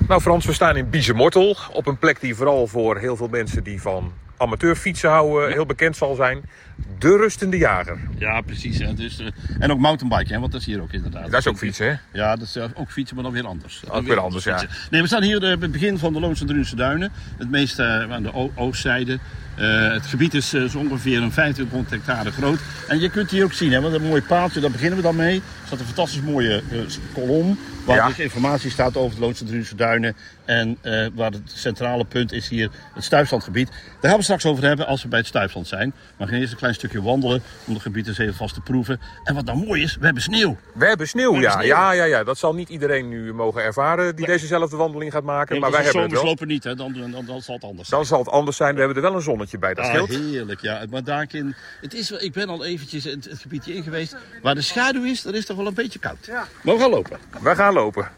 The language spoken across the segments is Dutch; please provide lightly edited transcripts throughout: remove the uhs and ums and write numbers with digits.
Nou Frans, we staan in Biezenmortel. Op een plek die vooral voor heel veel mensen die van amateurfietsen houden heel bekend zal zijn. De Rustende Jager. Ja, precies. Hè. Dus, en ook mountainbiken, hè, want dat is hier ook inderdaad. Dat is ook fietsen, hè? Ja, dat is ook fietsen, maar dan weer anders. Ook weer anders, ja. Nee, we staan hier bij het begin van de Loonse Drunense Duinen. Het meeste aan de oostzijde. Het gebied is zo ongeveer een 2500 hectare groot. En je kunt hier ook zien, hè, want een mooi paaltje, daar beginnen we dan mee. Er staat een fantastisch mooie kolom. Waar dus informatie staat over de Loonse Drunense Duinen. En waar het centrale punt is hier het stuifzandgebied. Daar gaan we het straks over hebben als we bij het stuifzand zijn. Maar we gaan eerst een klein stukje wandelen om het gebied eens even vast te proeven. En wat nou mooi is, we hebben sneeuw. We hebben sneeuw, ja. Ja. Dat zal niet iedereen nu mogen ervaren die dezezelfde wandeling gaat maken. Nee, maar wij hebben het wel. Zomerslopen niet, hè. Dan zal het anders zijn. Dan zal het anders zijn. We hebben er wel een zonnetje bij, dat scheelt. Heerlijk, ja. Maar daarin, ik ben al eventjes het gebiedje in geweest. Waar de schaduw is, daar is toch wel een beetje koud. Ja. Maar we gaan lopen. We gaan lopen.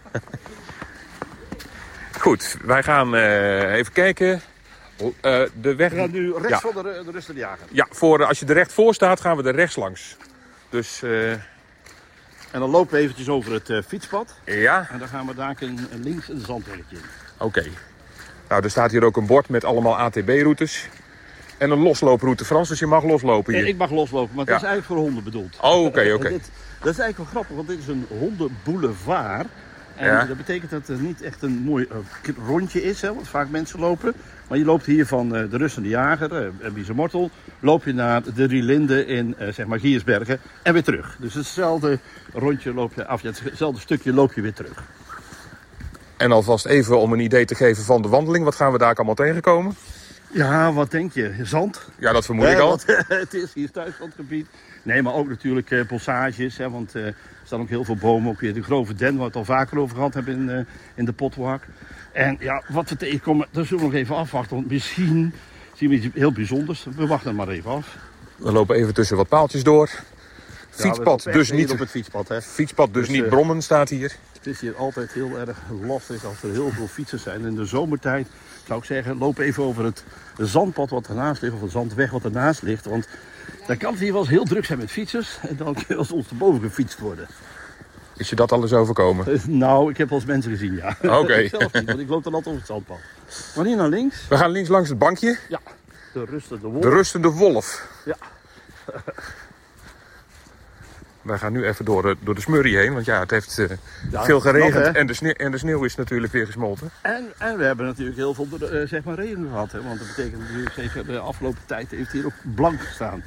Goed, wij gaan even kijken. De weg... We gaan nu rechts van de Rustende Jager. Ja, als je er recht voor staat, gaan we er rechts langs. Dus... En dan lopen we eventjes over het fietspad. Ja. En dan gaan we daar links een zandwerkje in. Oké. Nou, er staat hier ook een bord met allemaal ATB-routes. En een loslooproute, Frans, dus je mag loslopen hier. Ik mag loslopen, maar het is eigenlijk voor honden bedoeld. Oh, oké. Dat is eigenlijk wel grappig, want dit is een hondenboulevard. En dat betekent dat het niet echt een mooi rondje is, hè, want vaak mensen lopen. Maar je loopt hier van de Rustende Jager, Biezenmortel, loop je naar de Rielinde in zeg maar Giersbergen en weer terug. Dus hetzelfde rondje loop je af, hetzelfde stukje loop je weer terug. En alvast even om een idee te geven van de wandeling, wat gaan we daar allemaal tegenkomen? Ja, wat denk je? Zand? Ja, dat vermoed ik al. Het is hier thuislandgebied. Nee, maar ook natuurlijk bossages, hè, want er staan ook heel veel bomen. Ook weer de grove den, waar we het al vaker over gehad hebben in de Potwalk. En ja, wat we tegenkomen, daar zullen we nog even afwachten. Want misschien zien we iets heel bijzonders. We wachten het maar even af. We lopen even tussen wat paaltjes door. Fietspad dus niet op het fietspad, hè. Fietspad dus niet brommen staat hier. Het is hier altijd heel erg lastig als er heel veel fietsers zijn. In de zomertijd zou ik zeggen, loop even over het zandpad wat ernaast ligt. Of de zandweg wat ernaast ligt. Want dan kan het hier wel eens heel druk zijn met fietsers. En dan kan het ons erboven gefietst worden. Is je dat alles overkomen? Nou, ik heb wel eens mensen gezien, ja. Oké. Ik zelf niet, want ik loop dan altijd over het zandpad. Maar hier naar links. We gaan links langs het bankje. Ja, de Rustende Wolf. De Rustende Wolf. Ja. Wij gaan nu even door de smurrie heen, want ja, het heeft veel geregend en de sneeuw is natuurlijk weer gesmolten. En we hebben natuurlijk heel veel zeg maar regen gehad, hè, want dat betekent natuurlijk zeker de afgelopen tijd heeft hier ook blank gestaan.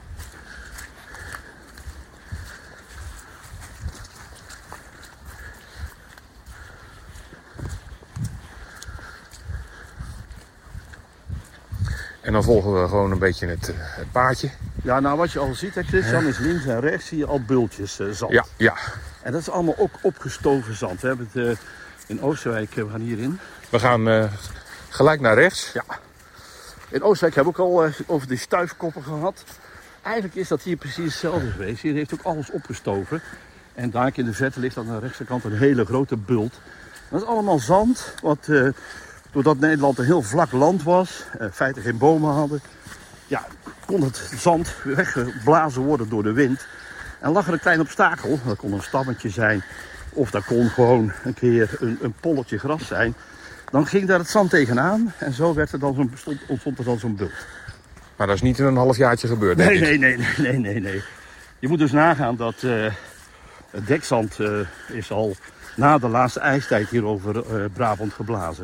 En dan volgen we gewoon een beetje het paadje. Ja, nou wat je al ziet, hè, Christian, is links en rechts zie je al bultjes zand. Ja. En dat is allemaal ook opgestoven zand. We hebben het in Oosterwijk, we gaan hierin. We gaan gelijk naar rechts. Ja. In Oosterwijk hebben we ook al over die stuifkoppen gehad. Eigenlijk is dat hier precies hetzelfde geweest. Hier heeft ook alles opgestoven. En daar in de verte ligt aan de rechterkant een hele grote bult. Dat is allemaal zand, wat... Doordat Nederland een heel vlak land was, in feite geen bomen hadden, ja, kon het zand weggeblazen worden door de wind. En lag er een klein obstakel, dat kon een stammetje zijn, of dat kon gewoon een keer een polletje gras zijn. Dan ging daar het zand tegenaan en zo werd er dan ontstond er dan zo'n bult. Maar dat is niet in een halfjaartje gebeurd, denk ik. Nee. Je moet dus nagaan dat het dekzand is al na de laatste ijstijd hier over Brabant geblazen.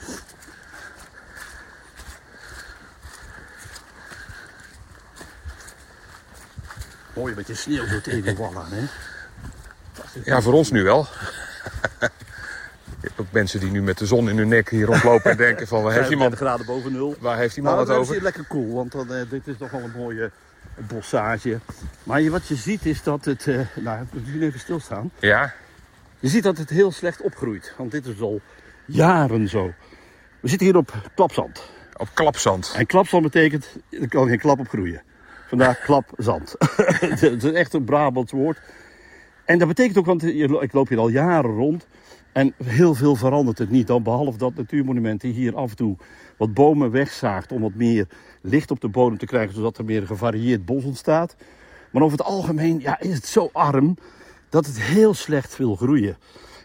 Mooi met je sneeuw zo tegen de wal aan, hè? Ja, voor ons nu wel. Je hebt ook mensen die nu met de zon in hun nek hier rondlopen en denken van... Waar heeft die man, graden boven nul. Waar heeft die man het over? Het is hier lekker koel, want dit is nog wel een mooie bossage. Maar wat je ziet is dat het... nou, we gaan even stilstaan. Ja. Je ziet dat het heel slecht opgroeit, want dit is al jaren zo. We zitten hier op klapzand. Op klapzand. En klapzand betekent, er kan geen klap op groeien. Vandaar klapzand. Het is echt een Brabants woord. En dat betekent ook, want ik loop hier al jaren rond. En heel veel verandert het niet dan. Behalve dat Natuurmonumenten hier af en toe wat bomen wegzaagt. Om wat meer licht op de bodem te krijgen. Zodat er meer gevarieerd bos ontstaat. Maar over het algemeen is het zo arm dat het heel slecht wil groeien.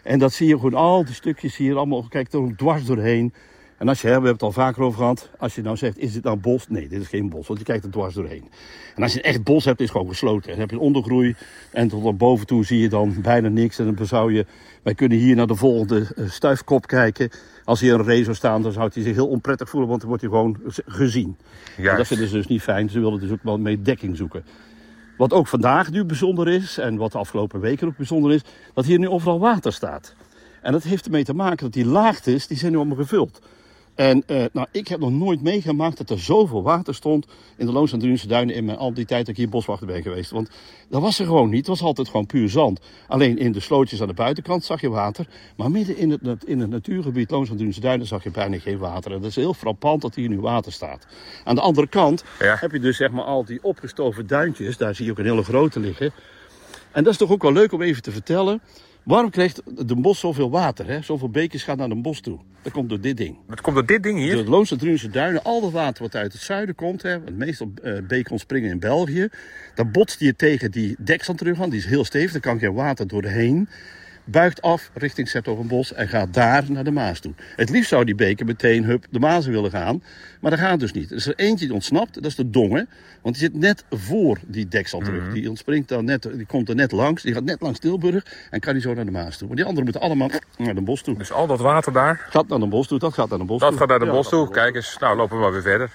En dat zie je gewoon, al die stukjes hier allemaal, kijk er ook dwars doorheen. En als je, we hebben het al vaker over gehad, als je nou zegt, is dit nou bos? Nee, dit is geen bos, want je kijkt er dwars doorheen. En als je een echt bos hebt, is het gewoon gesloten. Dan heb je een ondergroei en tot naar boven toe zie je dan bijna niks. En dan zou je, wij kunnen hier naar de volgende stuifkop kijken. Als hier een ree zou staan, dan zou hij zich heel onprettig voelen, want dan wordt hij gewoon gezien. En dat vinden ze dus niet fijn, ze willen dus ook wel mee dekking zoeken. Wat ook vandaag nu bijzonder is, en wat de afgelopen weken ook bijzonder is, dat hier nu overal water staat. En dat heeft ermee te maken dat die laagtes, die zijn nu allemaal gevuld. En ik heb nog nooit meegemaakt dat er zoveel water stond in de Loons en Drunense Duinen in al die tijd dat ik hier boswachter ben geweest. Want dat was er gewoon niet. Het was altijd gewoon puur zand. Alleen in de slootjes aan de buitenkant zag je water. Maar midden in het natuurgebied Loons en Drunense Duinen zag je bijna geen water. En dat is heel frappant dat hier nu water staat. Aan de andere kant heb je dus zeg maar al die opgestoven duintjes. Daar zie je ook een hele grote liggen. En dat is toch ook wel leuk om even te vertellen. Waarom krijgt Den Bosch zoveel water? Hè? Zoveel beekjes gaan naar Den Bosch toe. Dat komt door dit ding. Dat komt door dit ding hier? De Loons en Drunense Duinen, al dat water wat uit het zuiden komt. Hè, want meestal beek ontspringen in België. Dan botst je tegen die dekzand terug aan. Die is heel stevig, daar kan geen water doorheen. Buigt af richting 's-Hertogenbosch en gaat daar naar de Maas toe. Het liefst zou die beker meteen de Maas willen gaan. Maar dat gaat dus niet. Er is er eentje die ontsnapt, dat is de Donge. Want die zit net voor die deksel terug. Die ontspringt dan net, die komt er net langs. Die gaat net langs Tilburg en kan die zo naar de Maas toe. Maar die anderen moeten allemaal naar Den Bosch toe. Dus al dat water daar? Gaat naar Den Bosch toe, dat gaat naar Den Bosch toe. Dat gaat naar Den Bosch toe. Kijk eens, nou lopen we maar weer verder.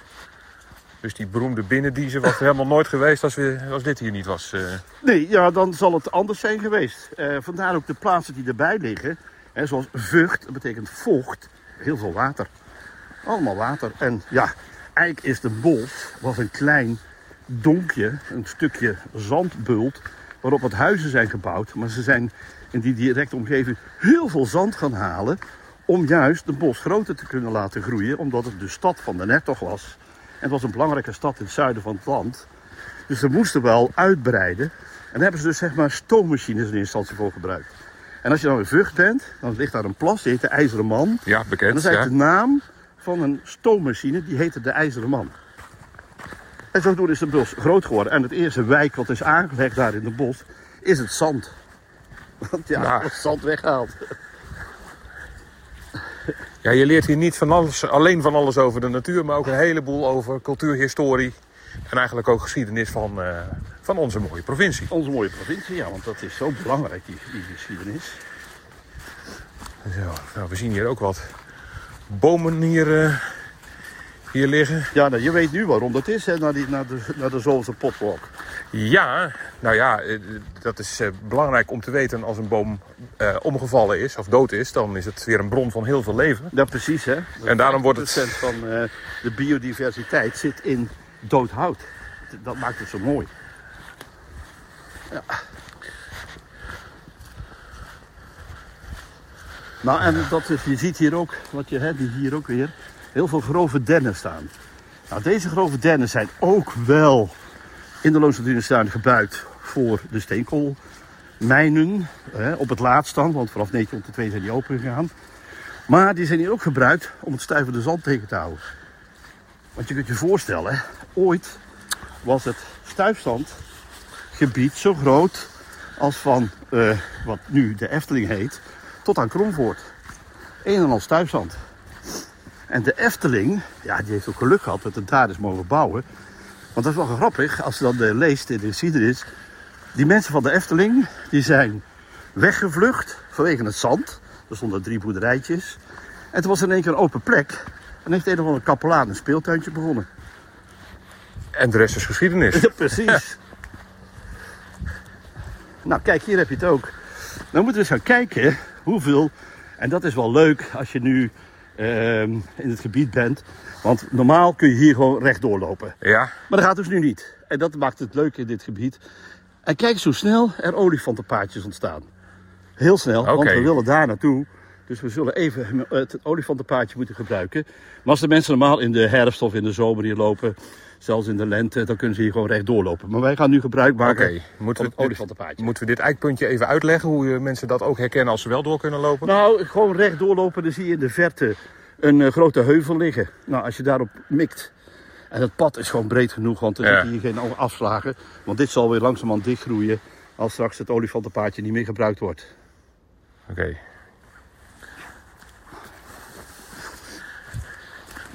Dus die beroemde binnendiezen was er helemaal nooit geweest als dit hier niet was. Nee, ja, dan zal het anders zijn geweest. Vandaar ook de plaatsen die erbij liggen. Hè, zoals Vught, dat betekent vocht. Heel veel water. Allemaal water. En ja, eigenlijk is Den Bosch was een klein donkje, een stukje zandbult, waarop wat huizen zijn gebouwd. Maar ze zijn in die directe omgeving heel veel zand gaan halen om juist Den Bosch groter te kunnen laten groeien, omdat het de stad van de Hertog was. En het was een belangrijke stad in het zuiden van het land. Dus ze moesten wel uitbreiden. En daar hebben ze dus zeg maar stoommachines in eerste instantie voor gebruikt. En als je dan in Vught bent, dan ligt daar een plas, die heet de IJzeren Man. Ja, bekend. En dat is eigenlijk de naam van een stoommachine, die heette de IJzeren Man. En zodoende is Den Bosch groot geworden. En het eerste wijk wat is aangelegd daar in Den Bosch, is het zand. Want ja, het zand weggehaald. Ja, je leert hier niet alleen van alles over de natuur, maar ook een heleboel over cultuurhistorie. En eigenlijk ook geschiedenis van onze mooie provincie. Onze mooie provincie, ja, want dat is zo belangrijk, die geschiedenis. Zo, nou, we zien hier ook wat bomen hier liggen. Ja, nou, je weet nu waarom dat is, hè, naar de zoveelste potwalk. Ja, nou ja, dat is belangrijk om te weten als een boom omgevallen is of dood is. Dan is het weer een bron van heel veel leven. Ja, precies, hè. En daarom wordt het van de biodiversiteit zit in dood hout. Dat maakt het zo mooi. Ja. Nou, en dat is, je ziet hier ook, wat je hebt, hier ook weer, heel veel grove dennen staan. Nou, deze grove dennen zijn ook wel in de Loons en Drunense Duinen gebruikt voor de steenkoolmijnen. Op het laatst dan, want vanaf 1902 zijn die open gegaan. Maar die zijn hier ook gebruikt om het stuivende zand tegen te houden. Want je kunt je voorstellen, ooit was het stuifzandgebied zo groot als van wat nu de Efteling heet, tot aan Kromvoort. Een en al stuifzand. En de Efteling, ja, die heeft ook geluk gehad dat het daar is mogen bouwen. Want dat is wel grappig, als je dan leest in de geschiedenis. Die mensen van de Efteling, die zijn weggevlucht vanwege het zand. Er stonden 3 boerderijtjes. En toen was er in één keer een open plek. En heeft een of andere kapelaan een speeltuintje begonnen. En de rest is geschiedenis. Ja, precies. Nou, kijk, hier heb je het ook. Dan moeten we eens gaan kijken hoeveel. En dat is wel leuk als je nu in het gebied bent. Want normaal kun je hier gewoon rechtdoor lopen. Ja. Maar dat gaat dus nu niet. En dat maakt het leuk in dit gebied. En kijk eens hoe snel er olifantenpaadjes ontstaan. Heel snel, want we willen daar naartoe. Dus we zullen even het olifantenpaadje moeten gebruiken. Maar als de mensen normaal in de herfst of in de zomer hier lopen, zelfs in de lente, dan kunnen ze hier gewoon rechtdoor lopen. Maar wij gaan nu gebruik maken van het olifantenpaadje. Moeten we dit eikpuntje even uitleggen, hoe mensen dat ook herkennen als ze wel door kunnen lopen? Nou, gewoon rechtdoor lopen, dan zie je in de verte een grote heuvel liggen. Nou, als je daarop mikt. En het pad is gewoon breed genoeg, want er zitten hier geen afslagen. Want dit zal weer langzamerhand dichtgroeien als straks het olifantenpaadje niet meer gebruikt wordt. Oké.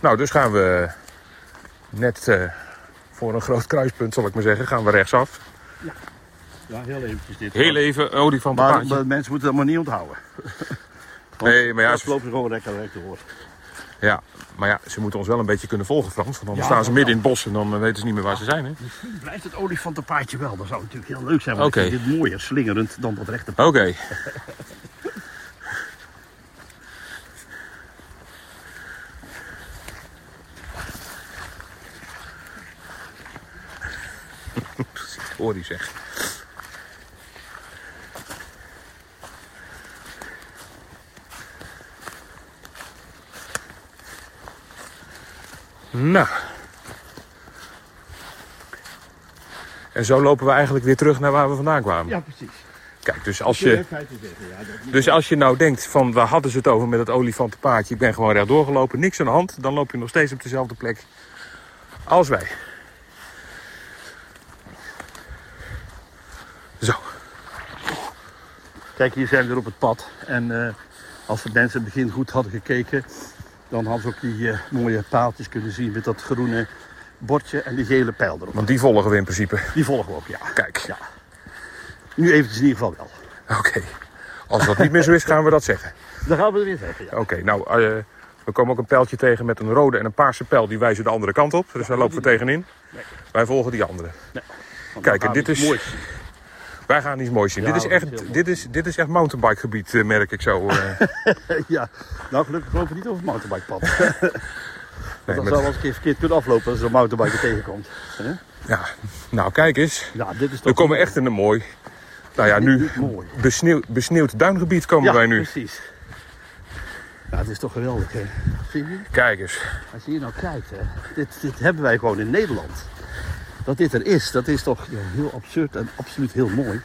Nou, dus gaan we net voor een groot kruispunt, zal ik maar zeggen, gaan we rechtsaf. Ja, heel eventjes dit. Heel even, olifantenpaadje. Maar mensen moeten dat maar niet onthouden. Nee, maar ja, Ze lopen gewoon lekker door. ja, maar ja, ze moeten ons wel een beetje kunnen volgen, Frans. Want anders Ja, staan ze dat midden in het bos en dan weten ze niet meer waar ze zijn. Hè? Misschien blijft het olifantenpaadje wel. Dat zou natuurlijk heel leuk zijn. Oké. Want ik vind dit mooier slingerend dan dat rechte pad. Oké. Hoor die zeg. Nou. En zo lopen we eigenlijk weer terug naar waar we vandaan kwamen. Ja, precies. Kijk, dus als je nou denkt van waar hadden ze het over met het olifantenpaadje. Ik ben gewoon rechtdoor gelopen, niks aan de hand. Dan loop je nog steeds op dezelfde plek als wij. Zo. Kijk, hier zijn we weer op het pad. En als de mensen in het begin goed hadden gekeken, dan hadden ze ook die mooie paaltjes kunnen zien met dat groene bordje en die gele pijl erop. Want die volgen we in principe. Die volgen we ook, ja. Kijk. Ja. Nu eventjes in ieder geval wel. Oké. Als dat niet meer zo is, gaan we dat zeggen. Dan gaan we er weer zeggen, ja. Oké, nou, we komen ook een pijltje tegen met een rode en een paarse pijl. Die wijzen de andere kant op. Dus daar lopen we tegenin. Nee. Wij volgen die andere. Nee. Kijk, en dit is... mooi. Wij gaan iets moois zien. Ja, dit is echt mountainbike gebied, merk ik zo. Ja, nou gelukkig lopen we niet over het mountainbikepad. Nee, Dat met- zou wel eens een keer verkeerd kunnen aflopen als er een mountainbiker tegenkomt. Hè? Ja, nou kijk eens. Ja, dit is toch... We komen echt in een mooi, nou ja, nu Dit mooi. besneeuwd duingebied komen wij nu. Precies. Ja, het is toch geweldig, hè? Vind je? Kijk eens. Als je hier nou kijkt, hè, dit hebben wij gewoon in Nederland. Dat dit er is, dat is toch ja, heel absurd en absoluut heel mooi.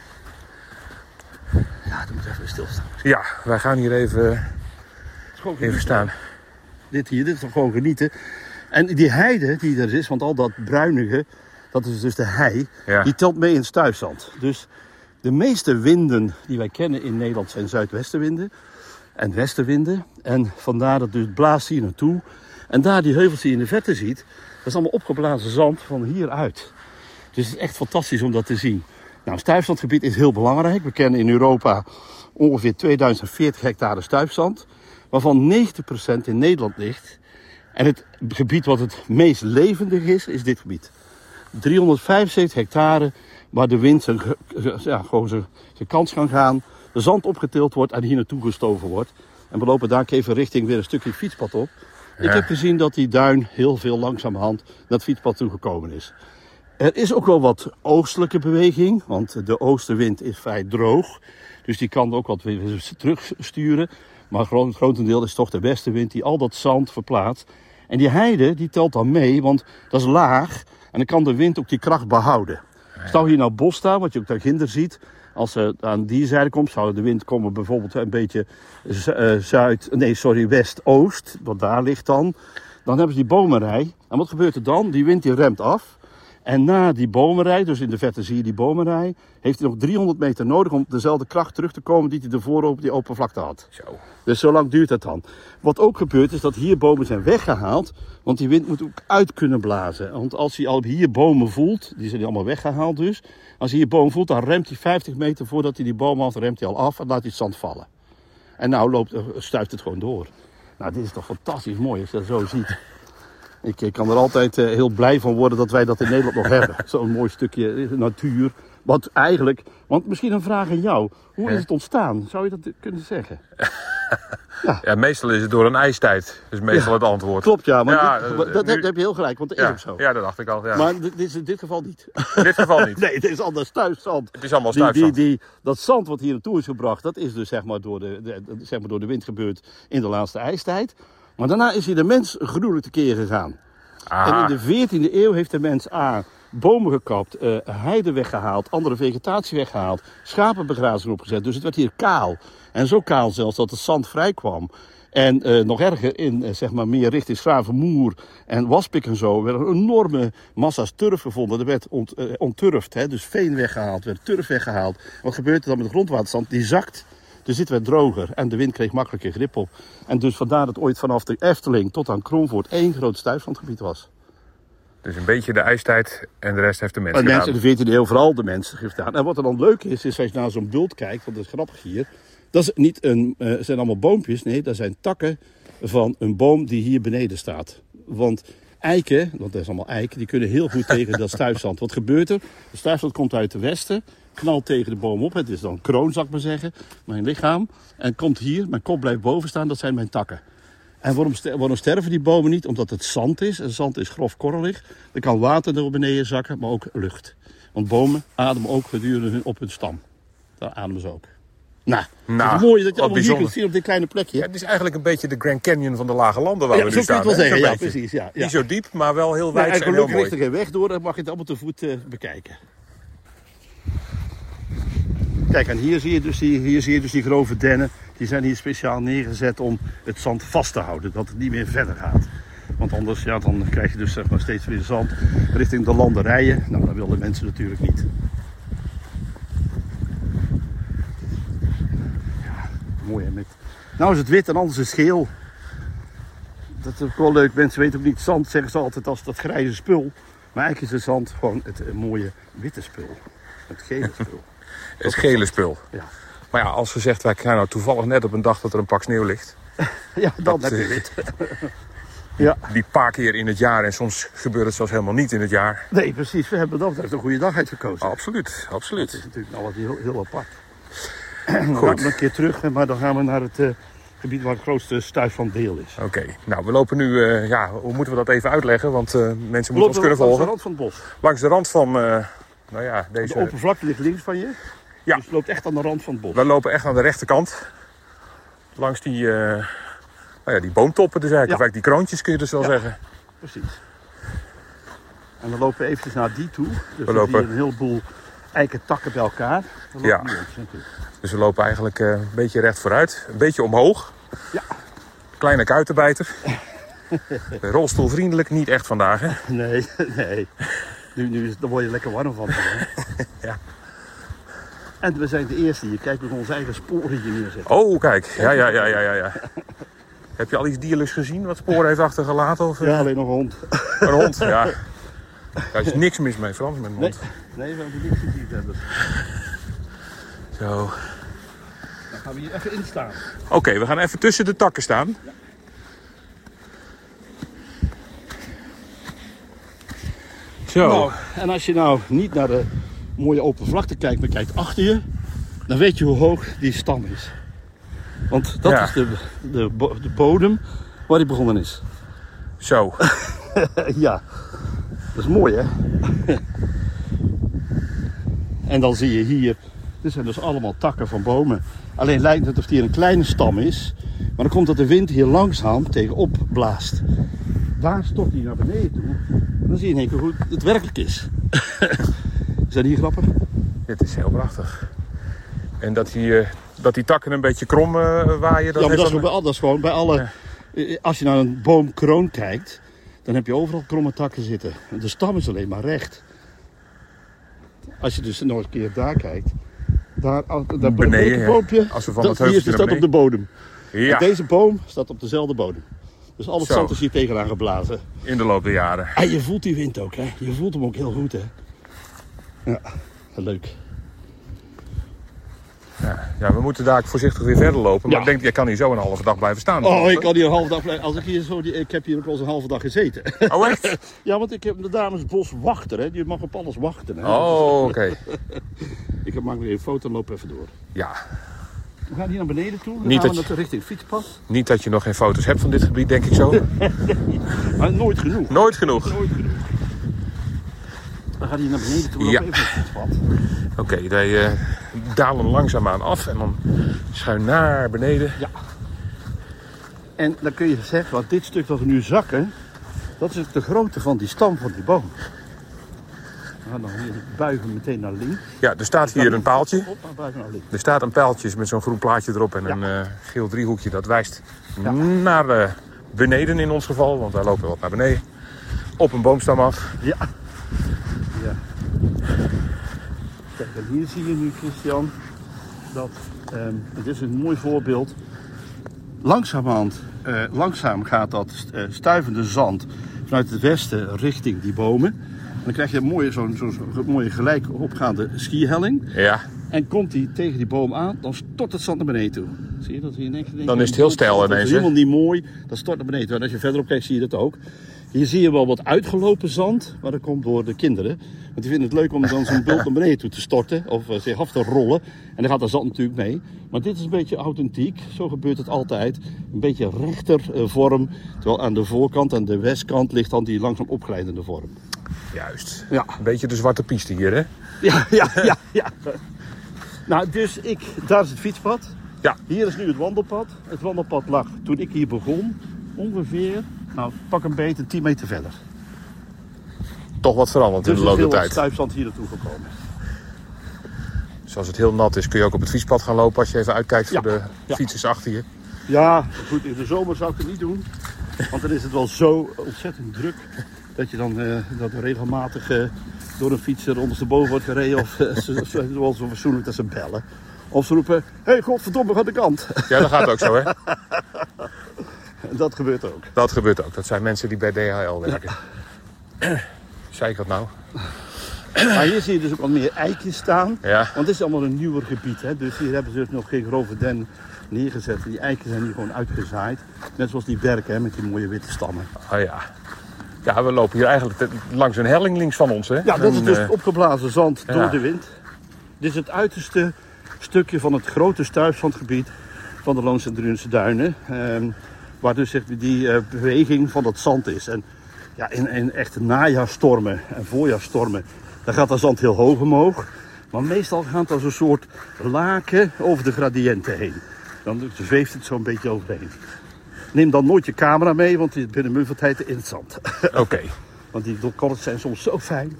Ja, dan moet even stilstaan. Ja, wij gaan hier even staan. Dit is toch gewoon genieten. En die heide die er is, want al dat bruinige, dat is dus de hei, Ja. die telt mee in stuifzand. Dus de meeste winden die wij kennen in Nederland zijn zuidwestenwinden en westenwinden. En vandaar dat dus blaast hier naartoe. En daar die heuvels die je in de verte ziet, dat is allemaal opgeblazen zand van hieruit. Dus het is echt fantastisch om dat te zien. Nou, een stuifzandgebied is heel belangrijk. We kennen in Europa ongeveer 2040 hectare stuifzand, waarvan 90% in Nederland ligt. En het gebied wat het meest levendig is dit gebied. 375 hectare waar de wind gewoon zijn kans kan gaan. De zand opgetild wordt en hier naartoe gestoven wordt. En we lopen daar even richting weer een stukje fietspad op. Ja. Ik heb gezien dat die duin heel veel langzamerhand naar het fietspad toegekomen is. Er is ook wel wat oostelijke beweging, want de oostenwind is vrij droog. Dus die kan ook wat weer terugsturen. Maar grotendeel is toch de westenwind die al dat zand verplaatst. En die heide die telt dan mee, want dat is laag. En dan kan de wind ook die kracht behouden. Stel hier nou bos staan, wat je ook daarginder ziet. Als ze aan die zijde komt, zou de wind komen bijvoorbeeld een beetje west-oost. Wat daar ligt dan. Dan hebben ze die bomenrij. En wat gebeurt er dan? Die wind die remt af. En na die bomenrij, dus in de verte zie je die bomenrij, heeft hij nog 300 meter nodig om dezelfde kracht terug te komen die hij ervoor op die open vlakte had. Zo. Dus zo lang duurt het dan. Wat ook gebeurt is dat hier bomen zijn weggehaald, want die wind moet ook uit kunnen blazen. Want als hij al hier bomen voelt, die zijn allemaal weggehaald dus, als hij hier bomen voelt, dan remt hij 50 meter voordat hij die boom had, remt hij al af en laat hij het zand vallen. En nou stuift het gewoon door. Nou, dit is toch fantastisch mooi als je dat zo ziet. Ik kan er altijd heel blij van worden dat wij dat in Nederland nog hebben. Zo'n mooi stukje natuur. Wat eigenlijk, want misschien een vraag aan jou. Hoe is het ontstaan? Zou je dat kunnen zeggen? Ja, meestal is het door een ijstijd. Dus meestal het antwoord. Klopt, ja. Maar Ja, dat nu- heb je heel gelijk, want dat is ook zo. Ja, dat dacht ik al. Ja. Maar dit is in dit geval niet. In dit geval niet. Nee, dit is anders stuifzand. Het is allemaal stuifzand. Dat zand wat hier naartoe is gebracht, dat is dus zeg maar door de wind gebeurd in de laatste ijstijd. Maar daarna is hier de mens gruwelijk tekeer gegaan. En in de 14e eeuw heeft de mens bomen gekapt, heide weggehaald, andere vegetatie weggehaald, schapenbegrazing opgezet. Dus het werd hier kaal. En zo kaal zelfs dat het zand vrij kwam. En nog erger, zeg maar meer richting Schravenmoer en Waspik en zo, werden enorme massa's turf gevonden. Er werd ontturfd, dus veen weggehaald, werd turf weggehaald. Wat gebeurt er dan met de grondwaterstand? Die zakt Dus dit werd droger en de wind kreeg makkelijker grip op. En dus vandaar dat ooit vanaf de Efteling tot aan Kronvoort 1 groot stuiflandgebied was. Dus een beetje de ijstijd en de rest heeft de mens En gedaan. mensen in de 14e eeuw vooral de mensen gedaan. En wat er dan leuk is als je naar zo'n bult kijkt, want dat is grappig hier. Dat is niet zijn allemaal boompjes, nee, dat zijn takken van een boom die hier beneden staat. Want eiken, want dat is allemaal eiken, die kunnen heel goed tegen dat stuifzand. Wat gebeurt er? De stuifzand komt uit het westen, knalt tegen de boom op. Het is dan kroon, zal ik maar zeggen, mijn lichaam. En komt hier, mijn kop blijft boven staan, dat zijn mijn takken. En waarom sterven die bomen niet? Omdat het zand is. En zand is grof korrelig. Er kan water door beneden zakken, maar ook lucht. Want bomen ademen ook gedurende op hun stam. Daar ademen ze ook. Nou, het is mooi dat je allemaal hier kunt zien op dit kleine plekje. Ja, het is eigenlijk een beetje de Grand Canyon van de Lage Landen waar we nu zo staan. Zo kun je het wel zeggen, ja, precies. Ja. Niet zo diep, maar wel heel wijd en heel gelukkig mooi. ligt er geen weg door, dan mag je het allemaal te voet bekijken. Kijk, en hier zie je dus die grove dennen. Die zijn hier speciaal neergezet om het zand vast te houden, dat het niet meer verder gaat. Want anders dan krijg je dus zeg maar, steeds weer zand richting de landerijen. Nou, dat willen mensen natuurlijk niet. Ja, mooi hè. Nou is het wit en anders is het geel. Dat is ook wel leuk. Mensen weten ook niet, zand zeggen ze altijd als dat grijze spul. Maar eigenlijk is het zand gewoon het mooie witte spul. Het gele spul. Het gele spul. Ja. Maar ja, als gezegd, wij gaan nou toevallig net op een dag dat er een pak sneeuw ligt. Ja, dan heb je wit. Ja. Die paar keer in het jaar en soms gebeurt het zelfs helemaal niet in het jaar. Nee, precies. We hebben dat betreft een goede dag uitgekozen. Absoluut, absoluut. Dat is natuurlijk nou wat heel apart. Dan gaan we een keer terug, maar dan gaan we naar het gebied waar het grootste stuiflanddeel is. Oké, nou we lopen nu, hoe moeten we dat even uitleggen? Want mensen moeten ons kunnen volgen. Langs de rand van het bos. Langs de rand van, deze... De open vlakte ligt links van je. Ja. Dus je loopt echt aan de rand van het bos. We lopen echt aan de rechterkant. Langs die, die boomtoppen dus eigenlijk. Ja. Of eigenlijk die kroontjes kun je dus wel zeggen. Precies. En dan lopen we eventjes naar die toe. Dus we lopen... hier een heleboel eikentakken bij elkaar. Ja. Dus we lopen eigenlijk een beetje recht vooruit. Een beetje omhoog. Ja. Kleine kuitenbijter. Rolstoelvriendelijk, niet echt vandaag hè? Nee. Daar word je lekker warm van. Ja. En we zijn de eerste hier. Kijk, met onze eigen sporen hier neerzetten. Oh, kijk. Ja. Heb je al iets dierlijks gezien wat sporen heeft achtergelaten? Of, ja, alleen nog een hond. Een hond, ja. Daar is niks mis mee, Frans, met een hond. Nee, we hebben niks gezien hebben. Zo. Dan gaan we hier even in staan. Oké, we gaan even tussen de takken staan. Ja. Zo. Nou, en als je nou niet naar de mooie open vlakte kijkt, maar kijkt achter je, dan weet je hoe hoog die stam is. Want dat is de bodem waar die begonnen is. Zo. Ja, dat is mooi hè. En dan zie je hier, dit zijn dus allemaal takken van bomen. Alleen lijkt het alsof hier een kleine stam is, maar dan komt dat de wind hier langzaam tegenop blaast. Daar stort hij naar beneden toe. Dan zie je in één keer hoe het werkelijk is. Is dat hier grappig? Dit is heel prachtig. En dat die takken een beetje krom waaien. Ja, maar dat is gewoon bij alle... Als je naar een boomkroon kijkt, dan heb je overal kromme takken zitten. De stam is alleen maar recht. Als je dus nog een keer daar kijkt, daar beneden, boompje, als we van het heuveltje hier staat op de bodem. Ja. En deze boom staat op dezelfde bodem. Dus al het zand is hier tegenaan geblazen. In de loop der jaren. En je voelt die wind ook, hè? Je voelt hem ook heel goed, hè? Ja, leuk. Ja, we moeten daar voorzichtig weer verder lopen. Maar Ja. ik denk, jij kan hier zo een halve dag blijven staan. Oh, ik kan hier een halve dag blijven. Als ik hier zo, ik heb hier ook wel eens een halve dag gezeten. Oh, echt? Ja, want ik heb de damesbos wachten, hè? Je mag op alles wachten, hè? Oh, oké. Ik maak weer een foto en loop even door. Ja. We gaan hier naar beneden toe. Dan Niet gaan dat we richting fietspad. Niet dat je nog geen foto's hebt van dit gebied, denk ik zo. Maar nooit genoeg. Nooit genoeg. Nooit genoeg. We gaan hier naar beneden toe. Ja. Even het fietspad. Oké, wij dalen langzaamaan af en dan schuin naar beneden. Ja. En dan kun je zeggen, want dit stuk dat we nu zakken, dat is de grootte van die stam van die boom. We gaan dan hier buigen meteen naar links. Ja, er staat hier een paaltje. Buigen naar links. Er staat een pijltje met zo'n groen plaatje erop en een geel driehoekje. Dat wijst naar beneden in ons geval, want wij lopen wat naar beneden. Op een boomstam af. Ja. Ja. Kijk, en hier zie je nu, Christian, dat Dit is een mooi voorbeeld. Langzaam gaat dat stuivende zand vanuit het westen richting die bomen. En dan krijg je zo'n mooie gelijk opgaande skihelling. Ja. En komt die tegen die boom aan, dan stort het zand naar beneden toe. Zie je dat hier in één keer? Dan is het heel steil ineens. Dat is helemaal niet mooi, dat stort naar beneden toe. En als je verderop kijkt zie je dat ook. Hier zie je wel wat uitgelopen zand, maar dat komt door de kinderen. Want die vinden het leuk om dan zo'n bult naar beneden toe te storten of zich af te rollen. En dan gaat dat zand natuurlijk mee. Maar dit is een beetje authentiek, zo gebeurt het altijd. Een beetje rechter vorm, terwijl aan de voorkant, aan de westkant, ligt dan die langzaam opglijdende vorm. Juist. Ja. Een beetje de zwarte piste hier, hè? Ja. Nou, dus daar is het fietspad. Ja. Hier is nu het wandelpad. Het wandelpad lag toen ik hier begon ongeveer, nou pak een beet, 10 meter verder. Toch wat veranderd in de loop der tijd. tijd. Stuifzand hier naartoe gekomen. Dus als het heel nat is kun je ook op het fietspad gaan lopen als je even uitkijkt voor de fietsers achter je. Ja, goed, in de zomer zou ik het niet doen. Want dan is het wel zo ontzettend druk dat je dan dat er regelmatig door een fietser ondersteboven wordt gereden. Of zoals we verzoenlijk dat ze bellen. Of ze roepen, hé, godverdomme, ga de kant. Ja, dat gaat ook zo, hè? Dat gebeurt ook. Dat gebeurt ook. Dat zijn mensen die bij DHL werken. Ja. Zei ik dat nou? Maar hier zie je dus ook al meer eikjes staan. Ja. Want dit is allemaal een nieuwer gebied. Hè? Dus hier hebben ze dus nog geen grove den neergezet. Die eikjes zijn hier gewoon uitgezaaid. Net zoals die berken hè, met die mooie witte stammen. Oh ja. Ja, we lopen hier eigenlijk langs een helling links van ons, hè? Ja, dat is dus opgeblazen zand door de wind. Dit is het uiterste stukje van het grote stuifzandgebied van de Loonse en Drunense Duinen. Waar dus die beweging van dat zand is. En ja, in echte najaarstormen en voorjaarsstormen, dan gaat dat zand heel hoog omhoog. Maar meestal gaat dat zo'n soort laken over de gradiënten heen. Dan zweeft het zo'n beetje overheen. Neem dan nooit je camera mee, want die is binnen een van tijd in het zand. Oké. Want die korrels zijn soms zo fijn.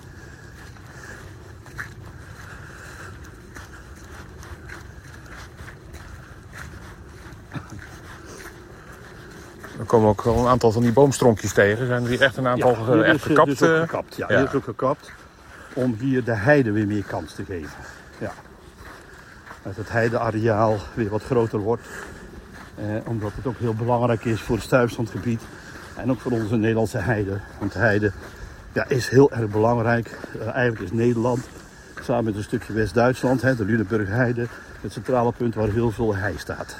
We komen ook wel een aantal van die boomstronkjes tegen. Zijn er hier echt een aantal echt gekapt? Dus ook gekapt. Ja, hier is ook gekapt. Om hier de heide weer meer kans te geven. Ja. Dat het heideareaal weer wat groter wordt. Omdat het ook heel belangrijk is voor het stuifzandgebied. En ook voor onze Nederlandse heide. Want de heide is heel erg belangrijk. Eigenlijk is Nederland, samen met een stukje West-Duitsland, de Lüneburgheide, het centrale punt waar heel veel hei staat.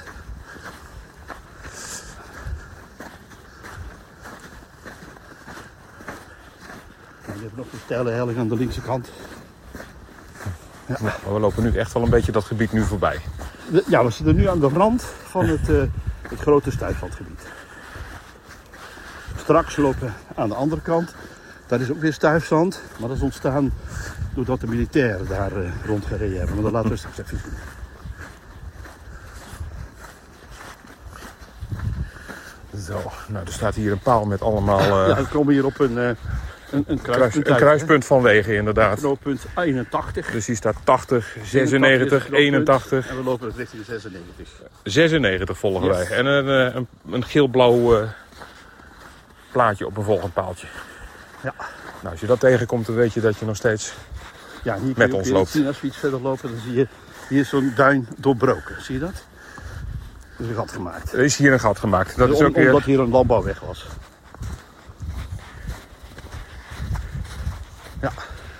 Je hebt nog een steile helling aan de linkse kant. Ja. Nou, we lopen nu echt wel een beetje dat gebied nu voorbij. Ja, we zitten nu aan de rand van het grote stuifzandgebied. Straks lopen we aan de andere kant. Daar is ook weer stuifzand. Maar dat is ontstaan doordat de militairen daar rondgereden hebben. Maar dat laten we straks even zien. Zo, nou er staat hier een paal met allemaal... Ja, we komen hier op een kruispunt een kruispunt van wegen, inderdaad. Knooppunt 81. Dus hier staat 80, 96, 81. En we lopen richting 96. 96 volgen wij. En een geel-blauw plaatje op een volgend paaltje. Ja. Nou, als je dat tegenkomt, dan weet je dat je nog steeds hier met ons loopt. Zien, als we iets verder lopen, dan zie je hier is zo'n duin doorbroken. Zie je dat? Er is een gat gemaakt. Er is hier een gat gemaakt. Dat is ook omdat hier een landbouwweg was. Ja.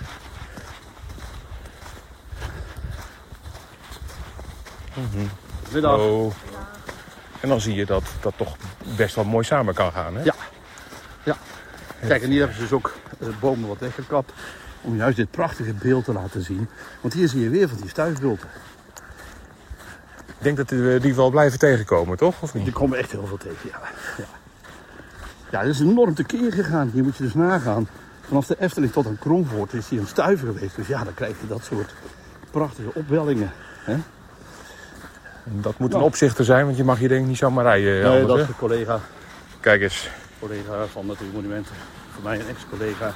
Middag. Oh. En dan zie je dat dat toch best wel mooi samen kan gaan, hè? Ja. Kijk, en hier hebben ze dus ook bomen wat weggekapt. Om juist dit prachtige beeld te laten zien. Want hier zie je weer van die stuifbulten. Ik denk dat we die wel blijven tegenkomen, toch? Of niet? Die komen echt heel veel tegen, ja, dat is enorm tekeer gegaan. Hier moet je dus nagaan. Vanaf de Efteling tot aan Kromvoort is hier een stuiver geweest. Dus ja, dan krijg je dat soort prachtige opwellingen. Hè? Dat moet een opzichter zijn, want je mag hier denk ik niet zomaar rijden. Nee, anders, dat is hè? een collega. Kijk eens. Collega van Natuurmonumenten. Voor mij een ex-collega.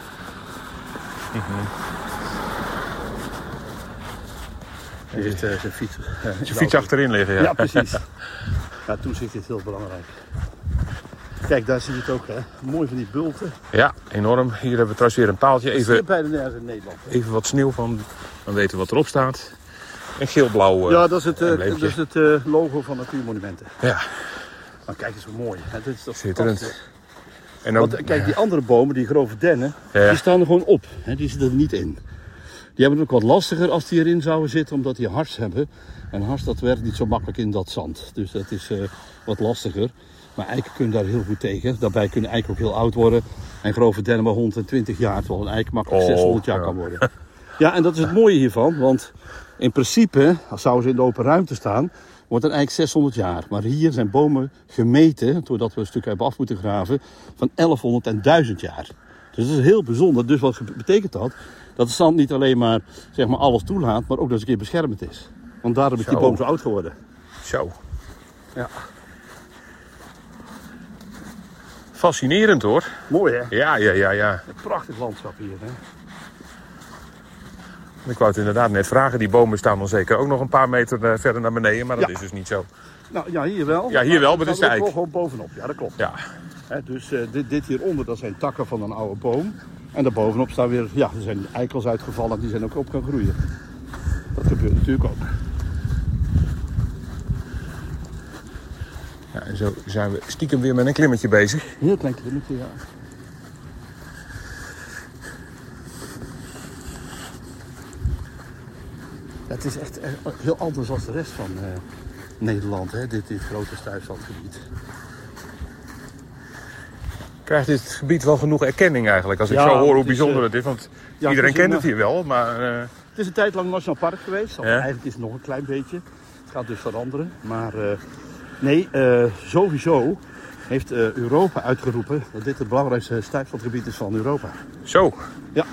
Die heeft zijn fiets. Zijn fiets achterin liggen, ja. Ja, precies. Ja, toezicht is heel belangrijk. Kijk, daar zie je het ook, hè. Mooi van die bulten. Ja, enorm. Hier hebben we trouwens weer een paaltje. Even bijna nergens in Nederland. Even wat sneeuw van, dan weten we wat erop staat. En geel-blauw Ja, dat is het, embleempje. dat is het logo van Natuurmonumenten. Ja, Maar kijk eens hoe mooi. Hè? Dit is toch schitterend. fantastisch. En ook, Want kijk, die andere bomen, die grove dennen, Ja. die staan er gewoon op. Hè? Die zitten er niet in. Die hebben het ook wat lastiger als die erin zouden zitten, omdat die hars hebben. En hars, dat werkt niet zo makkelijk in dat zand. Dus dat is wat lastiger. Maar eiken kunnen daar heel goed tegen. Daarbij kunnen eiken ook heel oud worden. En grove dennen maar 120 jaar, terwijl een eik makkelijk 600 jaar kan worden. Ja, en dat is het mooie hiervan. Want in principe, als zouden ze in de open ruimte staan, wordt een eik 600 jaar. Maar hier zijn bomen gemeten, doordat we een stuk hebben af moeten graven, van 1100 en 1000 jaar. Dus dat is heel bijzonder. Dus wat betekent dat? Dat het zand niet alleen maar, zeg maar alles toelaat, maar ook dat het een keer beschermd is. Want daarom is die Zo. boom zo oud geworden. zo. Ja. Fascinerend hoor. Mooi hè? Ja. Een prachtig landschap hier hè? Ik wou het inderdaad net vragen. Die bomen staan dan zeker ook nog een paar meter verder naar beneden. Maar dat Ja. is dus niet zo. Nou ja, hier wel. Ja, hier wel, maar dit is de er eik. gewoon bovenop. Ja, dat klopt. Ja, Hè, dus dit hieronder, dat zijn takken van een oude boom. En daarbovenop staan weer, ja, er zijn eikels uitgevallen die zijn ook op gaan groeien. Dat gebeurt natuurlijk ook. ja, en zo zijn we stiekem weer met een klimmetje bezig. Heel klein klimmetje, ja. Het is echt heel anders dan de rest van Nederland, hè? Dit grote stuifzandgebied. Krijgt dit gebied wel genoeg erkenning eigenlijk? Als ik Ja, zo hoor hoe het is, bijzonder het is. Want ja, iedereen het is kent een, het hier wel. Maar Het is een tijd lang Nationaal Park geweest. Of Ja. eigenlijk is het nog een klein beetje. Het gaat dus veranderen. Maar nee, sowieso heeft Europa uitgeroepen dat dit het belangrijkste stuifzandgebied is van Europa. zo. Ja,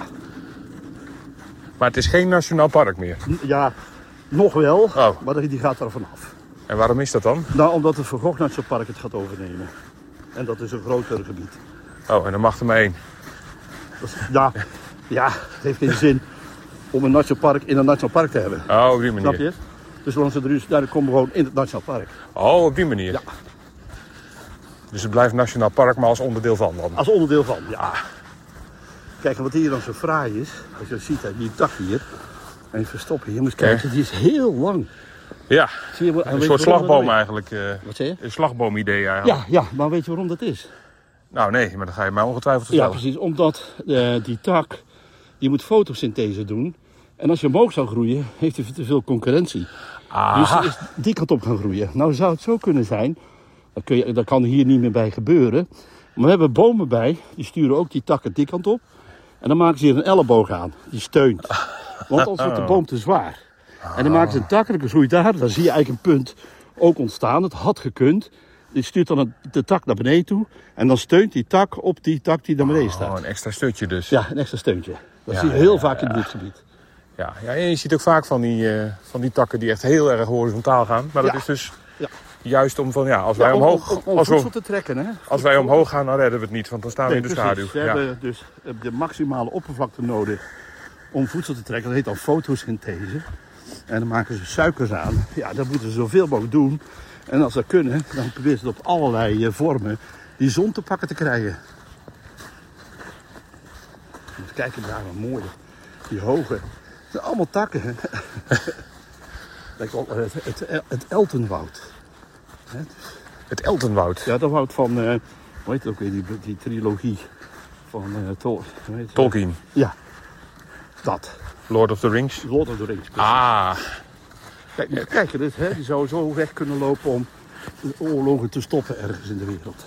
Maar het is geen nationaal park meer. ja nog wel, Oh. maar die gaat er vanaf. En waarom is dat dan? Nou, omdat het Van Gogh Nationaal Park het gaat overnemen. En dat is een groter gebied. Oh, en dan mag er maar één. Dat is- ja, het heeft geen zin om een nationaal park in een nationaal park te hebben. Oh, op die Snap manier. je? Dus zolang ze er is, dan komen we gewoon in het nationaal park. Oh, op die manier. Ja. Dus het blijft nationaal park, maar als onderdeel van dan. Als onderdeel van, ja. Kijk, en wat hier dan zo fraai is, als je ziet, hè, die tak hier, en je verstoppen hier, moet je kijken, die is heel lang. Ja, Zie je, een soort slagboom eigenlijk. Wat zeg je? Een slagboomidee eigenlijk. Ja, maar weet je waarom dat is? Nou nee, maar dan ga je mij ongetwijfeld Ja, vertellen. precies. Omdat die tak, die moet fotosynthese doen. En als je omhoog zou groeien, heeft hij te veel concurrentie. Aha. Dus is die kant op gaan groeien. Nou zou het zo kunnen zijn, dat kan hier niet meer bij gebeuren. Maar we hebben bomen bij, die sturen ook die takken die kant op. En dan maken ze hier een elleboog aan, die steunt. Want anders wordt de boom te zwaar. En dan maken ze een tak en dan groeit daar. Dan zie je eigenlijk een punt ook ontstaan. Het had gekund. Die stuurt dan de tak naar beneden toe. En dan steunt die tak op die tak die naar beneden Oh, staat. een extra stutje dus. Ja, een extra steuntje. Dat Ja, zie je heel vaak in dit gebied. Ja, en je ziet ook vaak van die takken die echt heel erg horizontaal gaan. Maar dat Ja. is dus Ja. juist om van, ja, als wij Ja, omhoog... om als, voedsel we, te trekken, hè? als wij omhoog gaan, dan redden we het niet. Want dan staan we Nee, in de precies. schaduw. We Ja. hebben dus de maximale oppervlakte nodig om voedsel te trekken. Dat heet dan fotosynthese. En dan maken ze suikers aan. Ja, dat moeten ze zoveel mogelijk doen. En als ze kunnen, dan proberen ze het op allerlei vormen die zon te pakken te krijgen. Even kijken daar, wat mooi. Die hoge. Het zijn allemaal takken. Hè? Lijkt wel het Eltenwoud. Hè? Het Eltenwoud. Ja, dat woud van, hoe heet het ook weer, die trilogie van hoe heet het? Tolkien. Ja, dat. Lord of the Rings. Lord of the Rings. precies. Ah, Kijk, dit, hè, die zou zo weg kunnen lopen om de oorlogen te stoppen ergens in de wereld.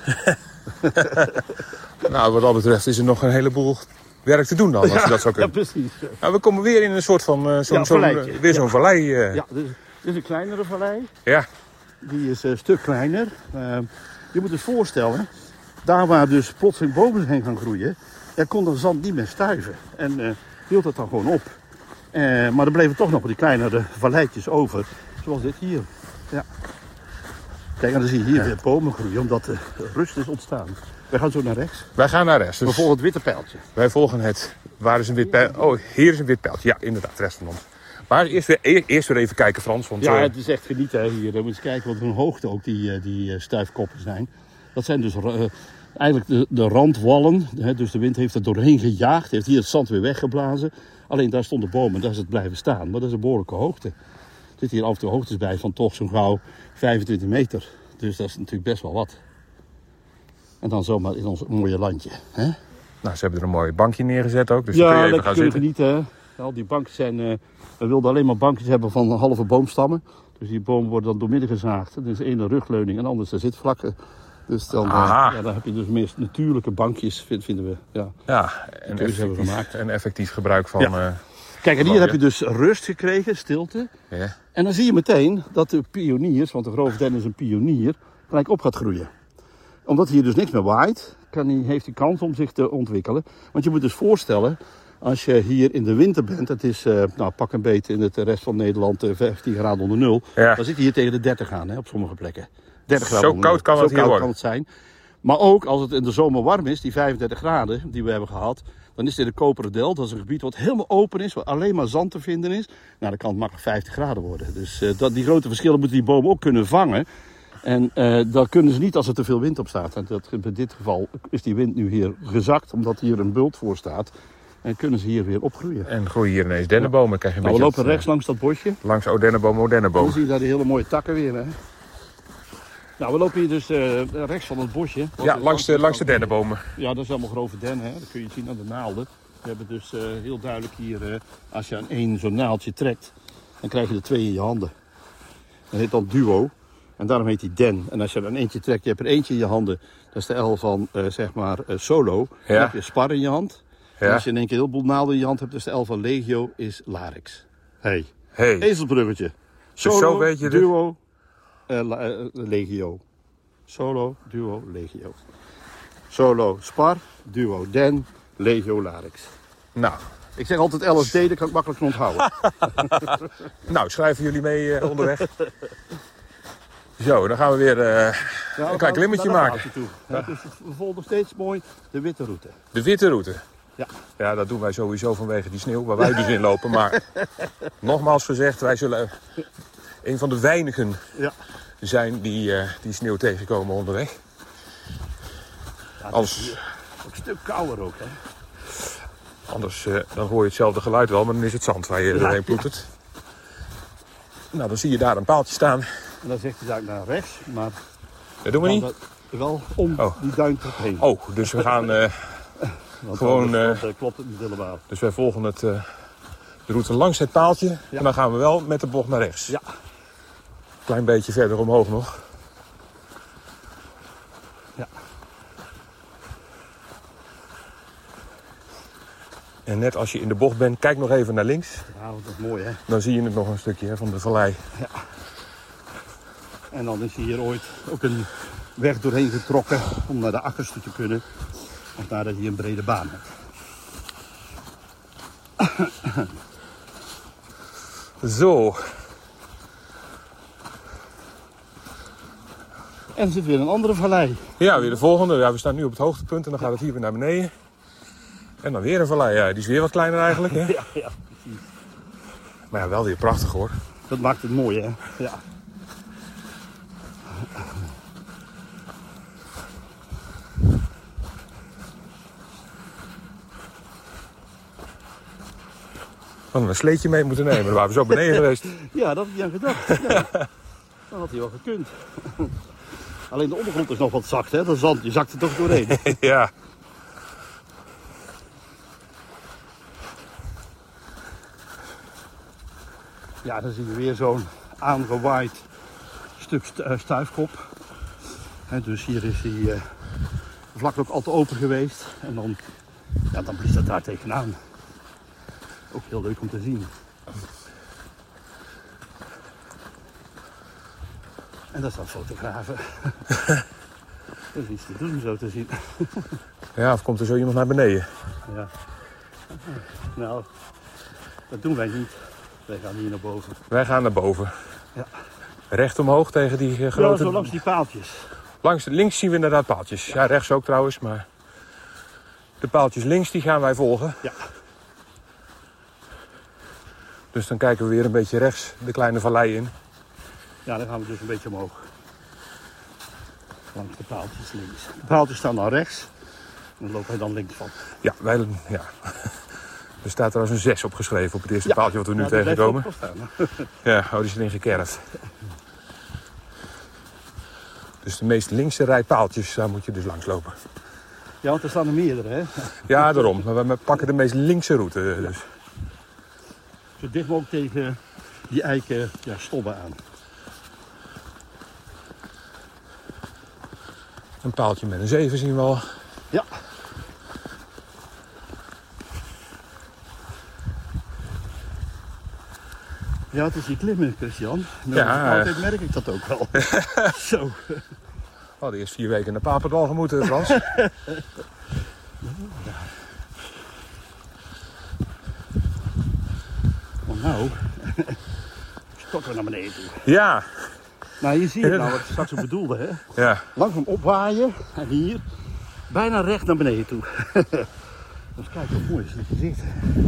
nou wat dat betreft is er nog een heleboel werk te doen dan, als je dat zou Ja, kunnen. precies. Nou, we komen weer in een soort van, valleitje. weer zo'n vallei. Ja, dit is een kleinere vallei. Ja. Die is een stuk kleiner. Je moet je voorstellen, daar waar dus plotseling bomen heen gaan groeien, daar kon dat zand niet meer stuiven. En hield het dan gewoon op. Maar er bleven toch nog die kleinere valleitjes over, zoals dit hier. Ja. Kijk, en dan zie je hier weer bomen groeien, omdat de rust is ontstaan. We gaan zo naar rechts. Wij gaan naar rechts. We Dus volgen het witte pijltje. wij volgen het. Waar is een wit pijl? Oh, hier is een wit pijltje. Ja, inderdaad, rest van ons. Maar eerst weer even kijken, Frans. Want, Ja, het is echt genieten hè, hier. Dan moet je kijken wat voor een hoogte ook die stuifkoppen zijn. Dat zijn dus eigenlijk de randwallen. Hè, dus de wind heeft er doorheen gejaagd. Heeft hier het zand weer weggeblazen. Alleen daar stonden bomen, daar is het blijven staan. Maar dat is een behoorlijke hoogte. zit hier af en toe hoogtes bij van toch zo'n gauw 25 meter. Dus dat is natuurlijk best wel wat. En dan zomaar in ons mooie landje. Hè? Nou, ze hebben er een mooi bankje neergezet ook, dus dan kun je even gaan zitten. Genieten. Hè? Al die banken zijn... we wilden alleen maar bankjes hebben van halve boomstammen. Dus die bomen worden dan doormidden gezaagd. Dus de ene rugleuning en anders de zitvlakken. Dus dan, dan heb je dus meest natuurlijke bankjes, vinden we. Ja, en effectief gebruik van... Ja. Kijk, en hier heb je dus rust gekregen, stilte. Ja. En dan zie je meteen dat de pioniers, want de grove den is een pionier, gelijk op gaat groeien. Omdat hier dus niks meer waait, heeft hij kans om zich te ontwikkelen. Want je moet dus voorstellen, als je hier in de winter bent, het is pak een beetje in de rest van Nederland 15 graden onder nul. Ja. Dan zit je hier tegen de 30 aan, hè, op sommige plekken. 30 graden Zo koud kan het hier worden. Kan het zijn. Maar ook als het in de zomer warm is, die 35 graden die we hebben gehad, dan is dit de Koperen Del. Dat is een gebied wat helemaal open is, waar alleen maar zand te vinden is. Nou, dan kan het makkelijk 50 graden worden. Dus die grote verschillen moeten die bomen ook kunnen vangen. En dat kunnen ze niet als er te veel wind op staat. En in dit geval is die wind nu hier gezakt, omdat hier een bult voor staat. En kunnen ze hier weer opgroeien. En groeien hier ineens dennenbomen. Krijg je een we lopen rechts langs dat bosje. Langs dennenboom. Dan zie je daar die hele mooie takken weer. Hè? Nou, we lopen hier dus rechts van het bosje. Ja, langs de dennenbomen. Ja, dat is allemaal grove den. Hè? Dat kun je zien aan de naalden. We hebben dus heel duidelijk hier, als je aan één zo'n naaldje trekt, dan krijg je er 2 in je handen. Dat heet dan duo. En daarom heet die den. En als je er aan eentje trekt, je hebt er eentje in je handen. Dat is de L van, solo. Ja. Dan heb je spar in je hand. Ja. En als je in één keer een heleboel naalden in je hand hebt, dus de L van legio is larix. Hey. Ezelbruggetje. Solo, dus zo weet je duo, legio. Solo, duo, legio. Solo, spar, duo, den, legio, larix. Nou. Ik zeg altijd LSD, dat kan ik makkelijk onthouden. Nou, schrijven jullie mee onderweg. Zo, dan gaan we weer een klein klimmetje maken. Ja. Dus we volgen steeds mooi de witte route. De witte route? Ja. Ja, dat doen wij sowieso vanwege die sneeuw waar wij dus in lopen. Maar nogmaals gezegd, wij zullen een van de weinigen zijn die sneeuw tegenkomen onderweg. Ja, ook een stuk kouder ook, hè? Anders dan hoor je hetzelfde geluid wel, maar dan is het zand waar je doorheen ploetert. Nou, dan zie je daar een paaltje staan. En dan zegt hij daar naar rechts, maar... Dat doen we niet? Wel om die duin heen. Oh, dus we gaan gewoon... klopt het niet helemaal. Dus wij volgen de route langs het paaltje. Ja. En dan gaan we wel met de bocht naar rechts. Ja. Klein beetje verder omhoog nog. Ja. En net als je in de bocht bent, kijk nog even naar links. Ja, dat is mooi, hè? Dan zie je het nog een stukje van de vallei. Ja. En dan is hier ooit ook een weg doorheen getrokken om naar de akkers toe te kunnen. Vandaar dat je een brede baan hebt. Zo. En er zit weer een andere vallei. Ja, weer de volgende. Ja, we staan nu op het hoogtepunt en dan gaat het hier weer naar beneden. En dan weer een vallei. Ja, die is weer wat kleiner eigenlijk. Hè? Ja, precies. Maar ja, wel weer prachtig hoor. Dat maakt het mooi, hè? Ja. We hadden een sleetje mee moeten nemen, dan waren we zo beneden geweest. Ja, dat had je aan gedacht. Ja. Dat had hij wel gekund. Alleen de ondergrond is nog wat zacht, hè? Dat zand, je zakt er toch doorheen. Ja. Ja, dan zie je weer zo'n aangewaaid stuk stuifkop. Dus hier is die vlak ook altijd open geweest. En dan blies dat daar tegenaan. Ook heel leuk om te zien. En dat staan fotografen. Dat is iets te doen zo te zien. Ja, of komt er zo iemand naar beneden? Ja. Nou, dat doen wij niet. Wij gaan hier naar boven. Wij gaan naar boven. Ja. Recht omhoog tegen die grote... Ja, zo langs die paaltjes. Links zien we inderdaad paaltjes. Ja, rechts ook trouwens, maar... De paaltjes links, die gaan wij volgen. Ja. Dus dan kijken we weer een beetje rechts de kleine vallei in. Ja, dan gaan we dus een beetje omhoog. Langs de paaltjes links. De paaltjes staan dan rechts. En dan lopen wij dan links van. Ja, Er staat trouwens een 6 opgeschreven op het eerste paaltje wat we nu tegenkomen. Ja, oh, die is erin gekerfd. Dus de meest linkse rij paaltjes, daar moet je dus langs lopen. Ja, want er staan er meerdere, hè? Ja, daarom. Maar we pakken de meest linkse route. Dus. Zo dicht mogelijk tegen die eiken stobben aan. Een paaltje met een 7 zien we al. Ja. Ja, het is die klimmen, Christian. Nou, altijd merk ik dat ook wel. Zo. We hadden eerst 4 weken naar Papendal gemoeten, Frans. Maar nou, stokken we naar beneden toe. Ja. Nou, hier zie je nou wat ik straks bedoelde, hè? Ja. Langzaam opwaaien en hier bijna recht naar beneden toe. Dus kijk hoe mooi is het gezicht.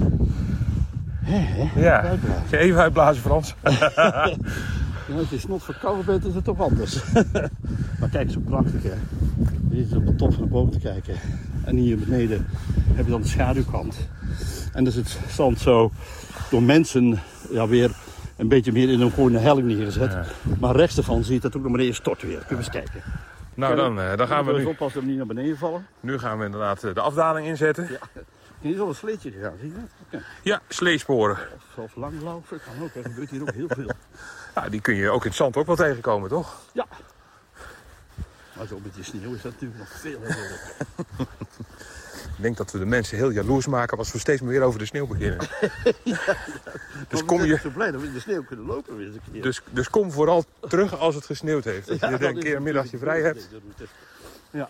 Ja, je even uitblazen, Frans. Ja, als je snot verkouden bent, is het toch anders. Maar kijk, zo prachtig, hè. Je zit op de top van de boom te kijken. En hier beneden heb je dan de schaduwkant. En dus het zand zo door mensen weer een beetje meer in een gewone helling neergezet. Ja. Maar rechts ervan zie je dat ook naar beneden stort weer. Kun je eens kijken. Nou, dan gaan we nu... oppassen dat we niet naar beneden vallen. Nu gaan we inderdaad de afdaling inzetten. Ja. Hier is al een sleetje gegaan, zie je dat? Okay. Ja, sleesporen. Of langlopen, kan ook. Er gebeurt hier ook heel veel. Ja, die kun je ook in het zand ook wel tegenkomen, toch? Ja. Maar zo met die sneeuw is dat natuurlijk nog veel heel Ik denk dat we de mensen heel jaloers maken als we steeds meer weer over de sneeuw beginnen. Dus kom je... zo blij dat we in de sneeuw kunnen lopen weer eens een keer. Dus kom vooral terug als het gesneeuwd heeft. Dat je er een keer een middagje vrij hebt. Ja.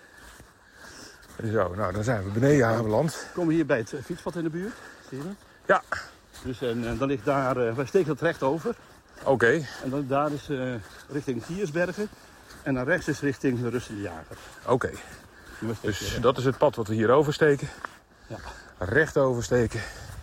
Zo, nou dan zijn we beneden aanbeland. We komen hier bij het fietspad in de buurt. Zie je dat? Ja. Dus en dan ligt daar, wij steken dat recht over. Oké. En dan daar is richting Giersbergen. En dan rechts is richting de Rust en de Jager. Oké. Dus dat is het pad wat we hier oversteken. Ja. Recht oversteken.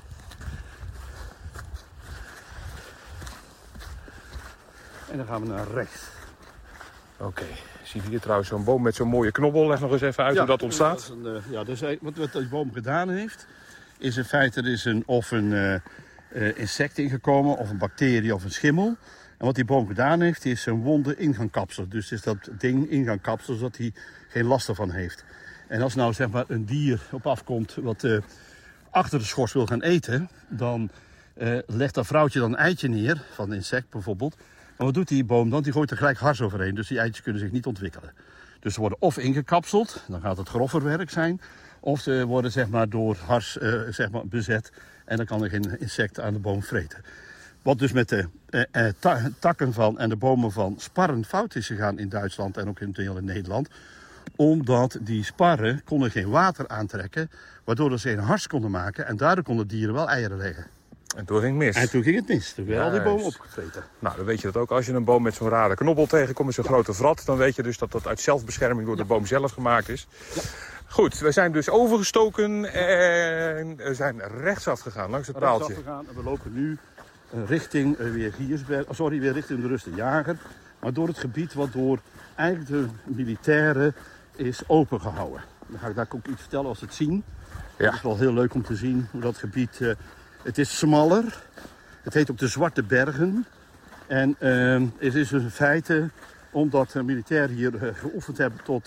En dan gaan we naar rechts. Oké. Je ziet hier trouwens zo'n boom met zo'n mooie knobbel. Leg nog eens even uit hoe dat ontstaat. Dat is dus wat die boom gedaan heeft, is in feite een insect ingekomen, of een bacterie of een schimmel. En wat die boom gedaan heeft, is een wonde ingangkapsel. Dus is dat ding ingangkapsel, zodat hij geen last ervan heeft. En als nou zeg maar een dier op afkomt wat achter de schors wil gaan eten, dan legt dat vrouwtje dan een eitje neer, van een insect bijvoorbeeld. Maar wat doet die boom dan? Die gooit er gelijk hars overheen, dus die eitjes kunnen zich niet ontwikkelen. Dus ze worden of ingekapseld, dan gaat het grover werk zijn. Of ze worden zeg maar door hars bezet en dan kan er geen insect aan de boom vreten. Wat dus met de takken van en de bomen van sparren fout is gegaan in Duitsland en ook in deel in Nederland. Omdat die sparren konden geen water aantrekken, waardoor ze geen hars konden maken en daardoor konden dieren wel eieren leggen. En toen ging het mis. En toen ging het mis. Toen werden al die bomen opgevreten. Nou, dan weet je dat ook. Als je een boom met zo'n rare knobbel tegenkomt, met zo'n grote vrat, dan weet je dus dat dat uit zelfbescherming door de boom zelf gemaakt is. Ja. Goed, we zijn dus overgestoken en we zijn rechtsaf gegaan langs het paaltje. Rechtsaf gegaan en we lopen nu richting weer richting de Rust en Jager. Maar door het gebied wat door eigenlijk de militairen is opengehouden. Dan ga ik daar ook iets vertellen als het zien. Ja. Het is wel heel leuk om te zien hoe dat gebied... het is smaller. Het heet ook de Zwarte Bergen. En het is in feite omdat militairen hier geoefend hebben tot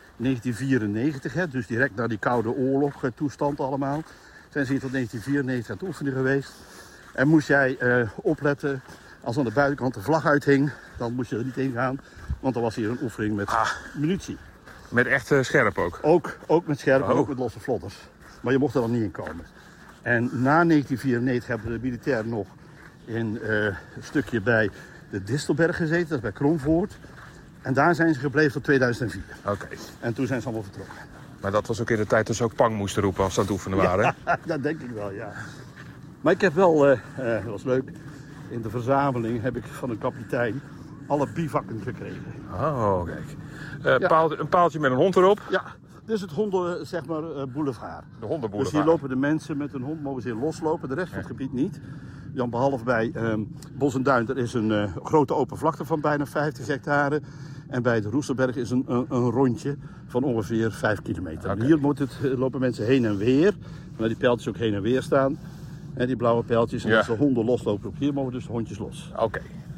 1994. Hè, dus direct na die Koude Oorlog toestand allemaal. Zijn ze hier tot 1994 aan het oefenen geweest. En moest jij opletten, als aan de buitenkant de vlag uithing, dan moest je er niet heen gaan. Want dan was hier een oefening met munitie. Met echt scherp ook? Ook met scherp en ook met losse vlodders. Maar je mocht er dan niet in komen. En na 1994 hebben de militairen nog in een stukje bij de Distelberg gezeten, dat is bij Kromvoort. En daar zijn ze gebleven tot 2004. Oké. En toen zijn ze allemaal vertrokken. Maar dat was ook in de tijd dat ze ook pang moesten roepen als ze aan het oefenen waren? Ja, dat denk ik wel, ja. Maar ik heb wel, dat was leuk, in de verzameling heb ik van een kapitein alle bivakken gekregen. Oh, kijk. Een paaltje met een hond erop? Ja, dit is het honden, boulevard. De hondenboulevard. Dus hier lopen de mensen met hun hond, mogen ze hier loslopen, de rest van het gebied niet. Dan behalve bij Bos en Duin, er is een grote open vlakte van bijna 50 hectare. En bij de Roeselberg is een rondje van ongeveer 5 kilometer. Okay. Hier lopen mensen heen en weer. Maar die pijltjes ook heen en weer staan. En die blauwe pijltjes. En als de honden loslopen ook hier, mogen dus de hondjes los. Oké.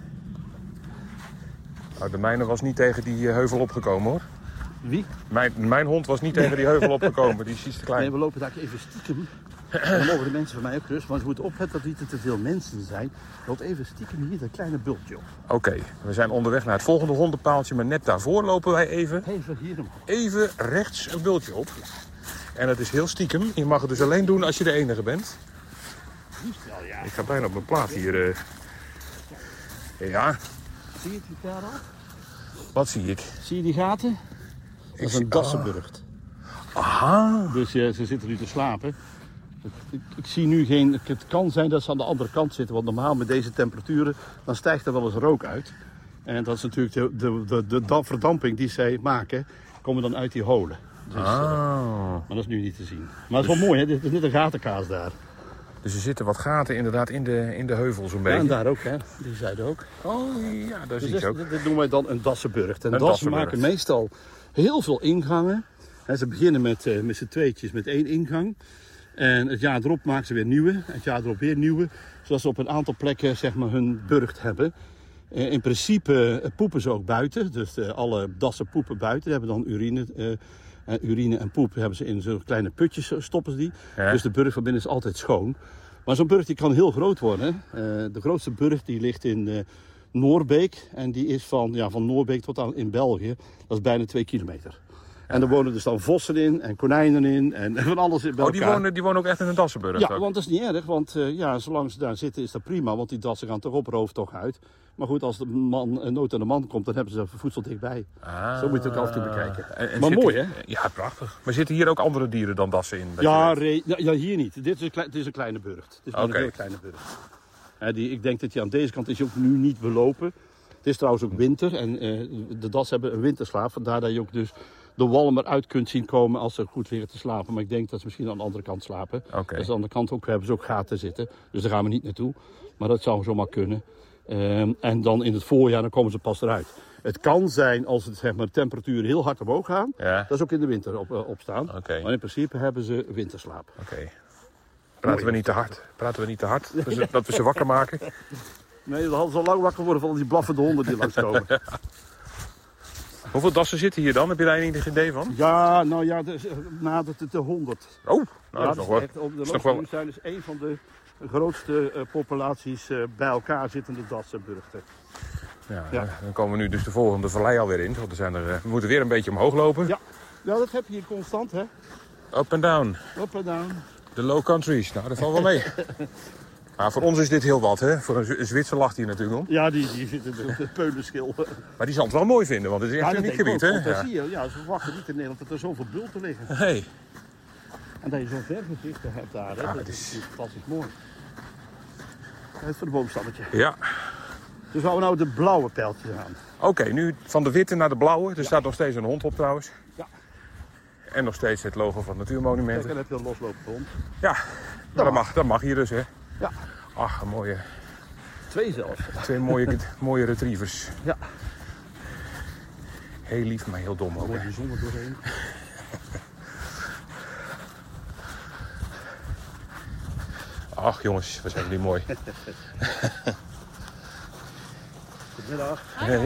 Nou, de mijne was niet tegen die heuvel opgekomen hoor. Wie? Mijn hond was niet tegen die heuvel opgekomen, die is iets te klein. Nee, we lopen daar even stiekem. Dan mogen de mensen van mij ook rust, want je moet opletten dat niet te veel mensen zijn. Loopt even stiekem hier dat kleine bultje op. Oké, we zijn onderweg naar het volgende hondenpaaltje, maar net daarvoor lopen wij even hier omhoog. Even rechts een bultje op. En dat is heel stiekem. Je mag het dus alleen doen als je de enige bent. Wel, ja. Ik ga bijna op mijn plaat hier. Ja, Zie je die daar al? wat zie ik? Zie je die gaten? Dat is een dassenburgt. Aha. Dus ze zitten nu te slapen. Ik zie nu geen... Het kan zijn dat ze aan de andere kant zitten. Want normaal met deze temperaturen, dan stijgt er wel eens rook uit. En dat is natuurlijk de verdamping die zij maken, komen dan uit die holen. Dus, maar dat is nu niet te zien. Maar het is wel mooi, hè? Dit is net een gatenkaas daar. Dus er zitten wat gaten inderdaad in de heuvel zo'n Ja, beetje. en daar ook, hè? Die zijde ook. Oh ja, daar zie Dus ik ook. dit noemen wij dan een dassenburgt. En Een dassen dassenburgt. maken meestal heel veel ingangen. En ze beginnen met z'n tweetjes met 1 ingang. En het jaar erop maken ze weer nieuwe. Het jaar erop weer nieuwe. Zodat ze op een aantal plekken zeg maar, hun burcht hebben. In principe poepen ze ook buiten. Dus alle dassen poepen buiten. Die hebben dan urine en poep hebben ze in zo'n kleine putjes stoppen ze die. Ja. Dus de burcht van binnen is altijd schoon. Maar zo'n burcht die kan heel groot worden. De grootste burcht die ligt in Noorbeek. En die is van Noorbeek tot aan in België. Dat is bijna 2 kilometer. En er wonen dus dan vossen in en konijnen in en van alles bij elkaar. Oh, die wonen ook echt in een dassenburg? Ja, want dat is niet erg. Want zolang ze daar zitten is dat prima. Want die dassen gaan toch op rooftocht uit. Maar goed, als de nood aan de man komt, dan hebben ze voedsel dichtbij. Zo moet je het ook af en toe bekijken. En maar mooi, hè? Ja, prachtig. Maar zitten hier ook andere dieren dan dassen in? Ja, hier niet. Dit is een kleine burcht. Het is een heel kleine burcht. Ik denk dat aan deze kant is ook nu niet belopen. Het is trouwens ook winter. En de dassen hebben een winterslaap. Vandaar dat je ook dus de walm eruit kunt zien komen als ze goed liggen te slapen. Maar ik denk dat ze misschien aan de andere kant slapen. Dus aan de andere kant hebben ze ook gaten zitten. Dus daar gaan we niet naartoe. Maar dat zou zomaar kunnen. En dan in het voorjaar dan komen ze pas eruit. Het kan zijn als het, zeg maar, de temperaturen heel hard omhoog gaan. Ja. Dat is ook in de winter opstaan. Maar in principe hebben ze winterslaap. Praten we niet te hard? Dat we ze wakker maken? Nee, dan hadden ze al lang wakker worden van die blaffende honden die langskomen. Hoeveel dassen zitten hier dan? Heb je daar enig idee van? Ja, nadert het de 100. Oh, dat is nog wel. De Loosdrechttuin is een van de grootste populaties bij elkaar zittende dassenburgten. Ja, dan komen we nu dus de volgende vallei alweer in. Want we moeten weer een beetje omhoog lopen. Ja, dat heb je hier constant, hè? Up and down. Up and down. De low countries, nou dat valt wel mee. Maar voor ons is dit heel wat, hè? Voor een Zwitser lacht hier natuurlijk om. Ja, die zitten op de peulenschil. Maar die zal het wel mooi vinden, want het is echt een uniek gebied, hè? Dat zie je. Ja, ze verwachten niet in Nederland dat er zoveel bulten liggen. Hey. En dat je zo'n vergezicht hebt daar, hè? Ja, dat is fantastisch mooi. Het voor de boomstammetje. Ja. Dus we nou de blauwe pijltjes aan. Oké, nu van de witte naar de blauwe. Er staat nog steeds een hond op trouwens. Ja. En nog steeds het logo van Natuurmonumenten. Kijk, dan heb je een loslopende hond. Ja, dat mag hier dus, hè? Ja. Ach, een mooie... 2 zelfs. 2 mooie retrievers. Ja. Heel lief, maar heel dom ook. Mooi de zon er doorheen. Ach jongens, wat zijn jullie mooi. Goedemiddag. Hey.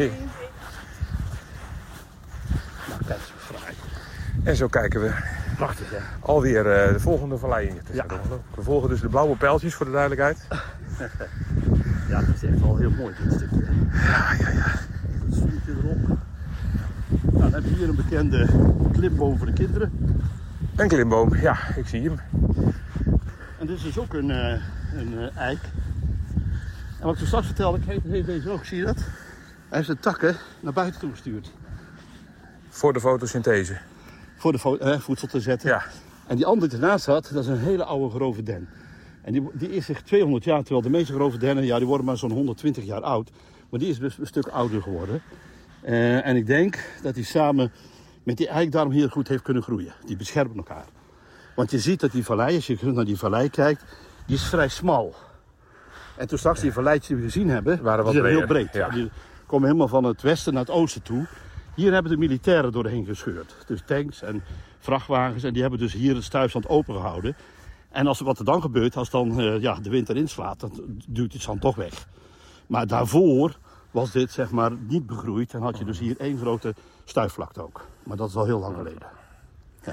Nou, kijk eens fraai. En zo kijken we Prachtig, hè? alweer de volgende vallei in. Ja. We volgen dus de blauwe pijltjes voor de duidelijkheid. Ja, dat is echt wel heel mooi dit stukje. Ja. Het vuurtje erop. Nou, dan heb je hier een bekende klimboom voor de kinderen. Een klimboom, ja, ik zie hem. En dit is dus ook een eik. En wat ik zo straks vertelde, heeft deze ook, zie je dat? Hij heeft de takken naar buiten toe gestuurd. Voor de fotosynthese. Voor de voedsel te zetten. Ja. En die andere die ernaast had, dat is een hele oude grove den. En die is zich 200 jaar, terwijl de meeste grove dennen, ja, die worden maar zo'n 120 jaar oud. Maar die is dus een stuk ouder geworden. En ik denk dat hij samen met die eik daarom heel goed heeft kunnen groeien. Die beschermen elkaar. Want je ziet dat die vallei, als je naar die vallei kijkt, die is vrij smal. En toen straks die valleitjes die we gezien hebben, Waren wat die zijn heel breder, breed. ja. Die komen helemaal van het westen naar het oosten toe. Hier hebben de militairen doorheen gescheurd. Dus tanks en vrachtwagens. En die hebben dus hier het stuifzand opengehouden. En wat er dan gebeurt, als dan de wind erin slaat, dan duwt het zand toch weg. Maar daarvoor was dit zeg maar niet begroeid. En had je dus hier één grote stuifvlakte ook. Maar dat is al heel lang geleden. Ja.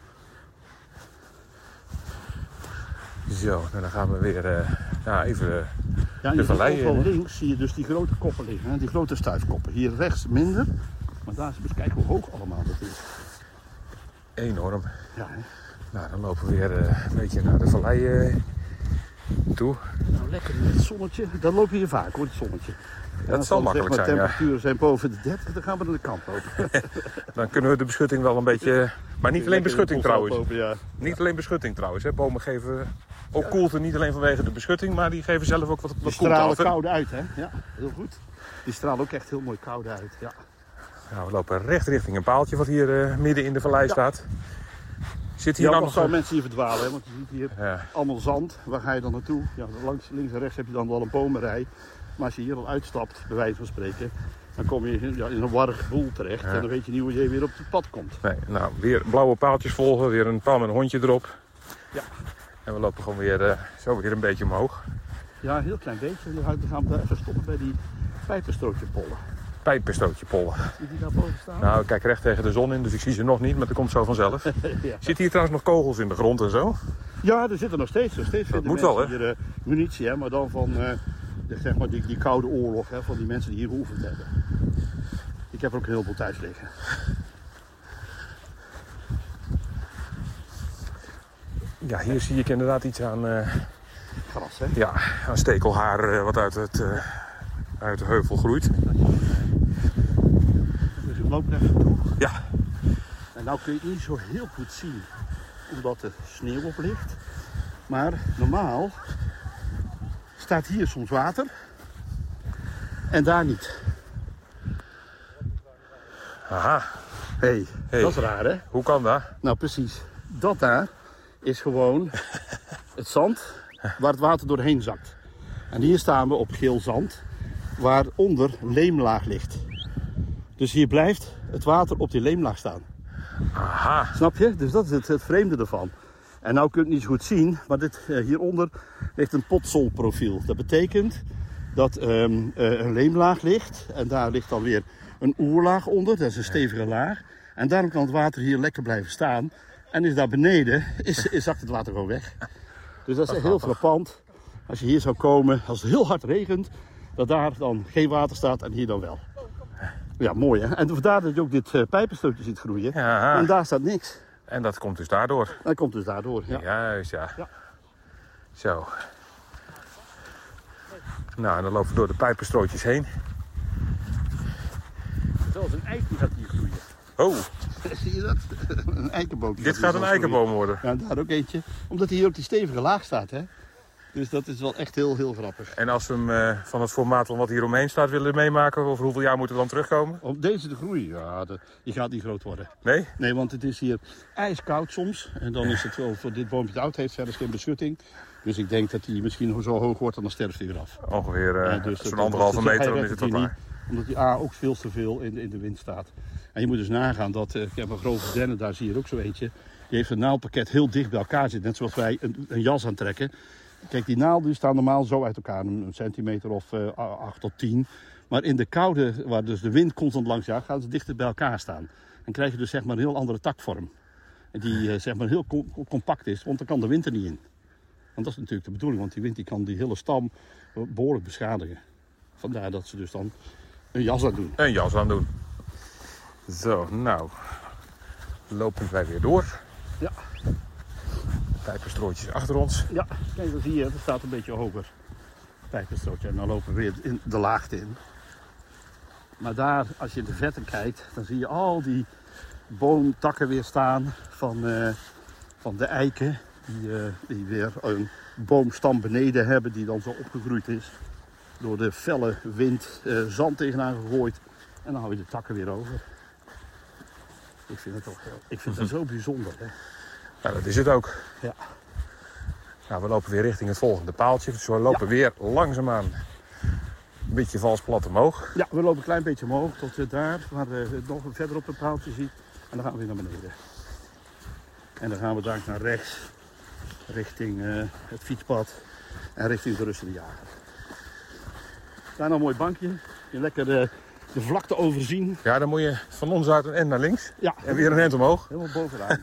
Zo, nou dan gaan we weer even Ja, de vallei overal in. links zie je dus die grote koppen liggen. Hè? Die grote stuifkoppen. Hier rechts minder. Maar daar is dus kijk hoe hoog allemaal dat is. Enorm. Ja, hè? Nou, dan lopen we weer een beetje naar de vallei toe. Nou, lekker met het zonnetje. Dan loop je hier vaak hoor, het zonnetje. Dat zal makkelijk zijn, ja. temperaturen zijn boven de 30, dan gaan we naar de kant lopen. Dan kunnen we de beschutting wel een beetje... Maar niet alleen beschutting trouwens. Lopen, ja. Niet alleen beschutting trouwens. Hè. Bomen geven ook koelte, niet alleen vanwege de beschutting, maar die geven zelf ook wat Die koelte stralen af. Hè. koud uit, hè? Ja, heel goed. Die stralen ook echt heel mooi koud uit, ja. Nou, we lopen recht richting een paaltje wat hier midden in de vallei staat. Zit hier Ja, nou nog nog... zou mensen hier verdwalen, hè? Want je ziet hier Ja. allemaal zand. Waar ga je dan naartoe? Ja, links en rechts heb je dan wel een bomenrij. Maar als je hier al uitstapt, bij wijze van spreken, dan kom je in een warrig boel terecht. Ja. En dan weet je niet hoe je weer op het pad komt. Nee, nou, weer blauwe paaltjes volgen, weer een paal met een hondje erop. Ja. En we lopen gewoon weer, zo weer een beetje omhoog. Ja, een heel klein beetje. Dan gaan we daar even stoppen bij die pijpenstootjepollen. Pijpenstootje pollen. Zie je die daar boven staan? Nou, ik kijk recht tegen de zon in, dus ik zie ze nog niet, maar dat komt zo vanzelf. Ja. Zit hier trouwens nog kogels in de grond en zo? Ja, er zitten nog steeds vinden moet wel, mensen hier munitie, hè, maar dan van zeg maar die koude oorlog, hè, van die mensen die hier geoefend hebben. Ik heb er ook een heleboel thuis liggen. Ja, hier zie ik inderdaad iets aan, Gras, hè? ja, aan stekelhaar wat uit de heuvel groeit. Dus ik loop er even toe. Ja, En nou kun je het niet zo heel goed zien, omdat er sneeuw op ligt. Maar normaal staat hier soms water en daar niet. aha. Hey, Hey. dat is raar, hè? Hoe kan dat? Nou, precies. Dat daar is gewoon het zand waar het water doorheen zakt. En hier staan we op geel zand, waaronder leemlaag ligt. Dus hier blijft het water op die leemlaag staan. Aha. Snap je? Dus dat is het vreemde ervan. En nou kun je het niet zo goed zien, maar hieronder ligt een potsolprofiel. Dat betekent dat een leemlaag ligt en daar ligt dan weer een oerlaag onder. Dat is een stevige laag. En daarom kan het water hier lekker blijven staan. En is daar beneden, zakt het water gewoon weg. Dus dat is echt heel frappant. Als je hier zou komen, als het heel hard regent, dat daar dan geen water staat en hier dan wel. Ja, mooi hè. En vandaar dat je ook dit pijpenstootje ziet groeien. Ja. En daar staat niks. En dat komt dus daardoor. Dat komt dus daardoor. Ja. Juist, ja. Ja. Zo. Nou, en dan lopen we door de pijpenstrootjes heen. Zelfs een eik die gaat hier groeien. Oh, Zie je dat? Een eikenboom. dit gaat een eikenboom worden. Ja, daar ook eentje. Omdat hij hier op die stevige laag staat, hè. Dus dat is wel echt heel, heel grappig. En als we hem van het formaat van wat hier omheen staat willen meemaken, over hoeveel jaar moeten we dan terugkomen? Om deze te groeien, ja, die gaat niet groot worden. Nee? Nee, want het is hier ijskoud soms. En dan is het wel, voor dit boompje het oud heeft, verder geen beschutting. Dus ik denk dat hij misschien zo hoog wordt en dan sterft hij weer af. Ongeveer Ja, dus zo'n dat- anderhalve hij meter, dan redt is het hier wel klaar. niet, omdat hij ook veel te veel in de wind staat. En je moet dus nagaan dat, ik heb een grove dennen, daar zie je er ook zo eentje. Die heeft een naaldpakket heel dicht bij elkaar zitten. Net zoals wij een jas aantrekken. Kijk, die naalden staan normaal zo uit elkaar, een centimeter of 8 tot 10. Maar in de koude, waar dus de wind constant langs jaagt, gaan ze dichter bij elkaar staan. En krijg je dus zeg maar een heel andere takvorm. En die zeg maar heel compact is, want dan kan de wind er niet in. Want dat is natuurlijk de bedoeling, want die wind die kan die hele stam behoorlijk beschadigen. Vandaar dat ze dus dan een jas aan doen. Een jas aan doen. Zo, nou. Lopen wij weer door. Ja. Pijpenstrootjes achter ons. Ja, kijk, dan zie je, er staat een beetje hoger. Pijpenstrootje. En dan lopen we weer in de laagte in. Maar daar, als je in de verte kijkt, dan zie je al die boomtakken weer staan van de eiken. Die weer een boomstam beneden hebben, die dan zo opgegroeid is. Door de felle wind zand tegenaan gegooid. En dan hou je de takken weer over. Ik vind het toch ik vind het zo bijzonder. Hè? Ja, dat is het ook. Ja. Nou, we lopen weer richting het volgende paaltje. Dus we lopen weer langzaamaan Een beetje vals plat omhoog. Ja, we lopen een klein beetje omhoog tot daar, waar we nog verder op een paaltje zien. En dan gaan we weer naar beneden. En dan gaan we daar naar rechts, richting het fietspad en richting de Rustende Jager. Daar nog een mooi bankje, je lekker de vlakte overzien. Ja, dan moet je van ons uit een end naar links. Ja. En weer een end omhoog. Helemaal bovenaan.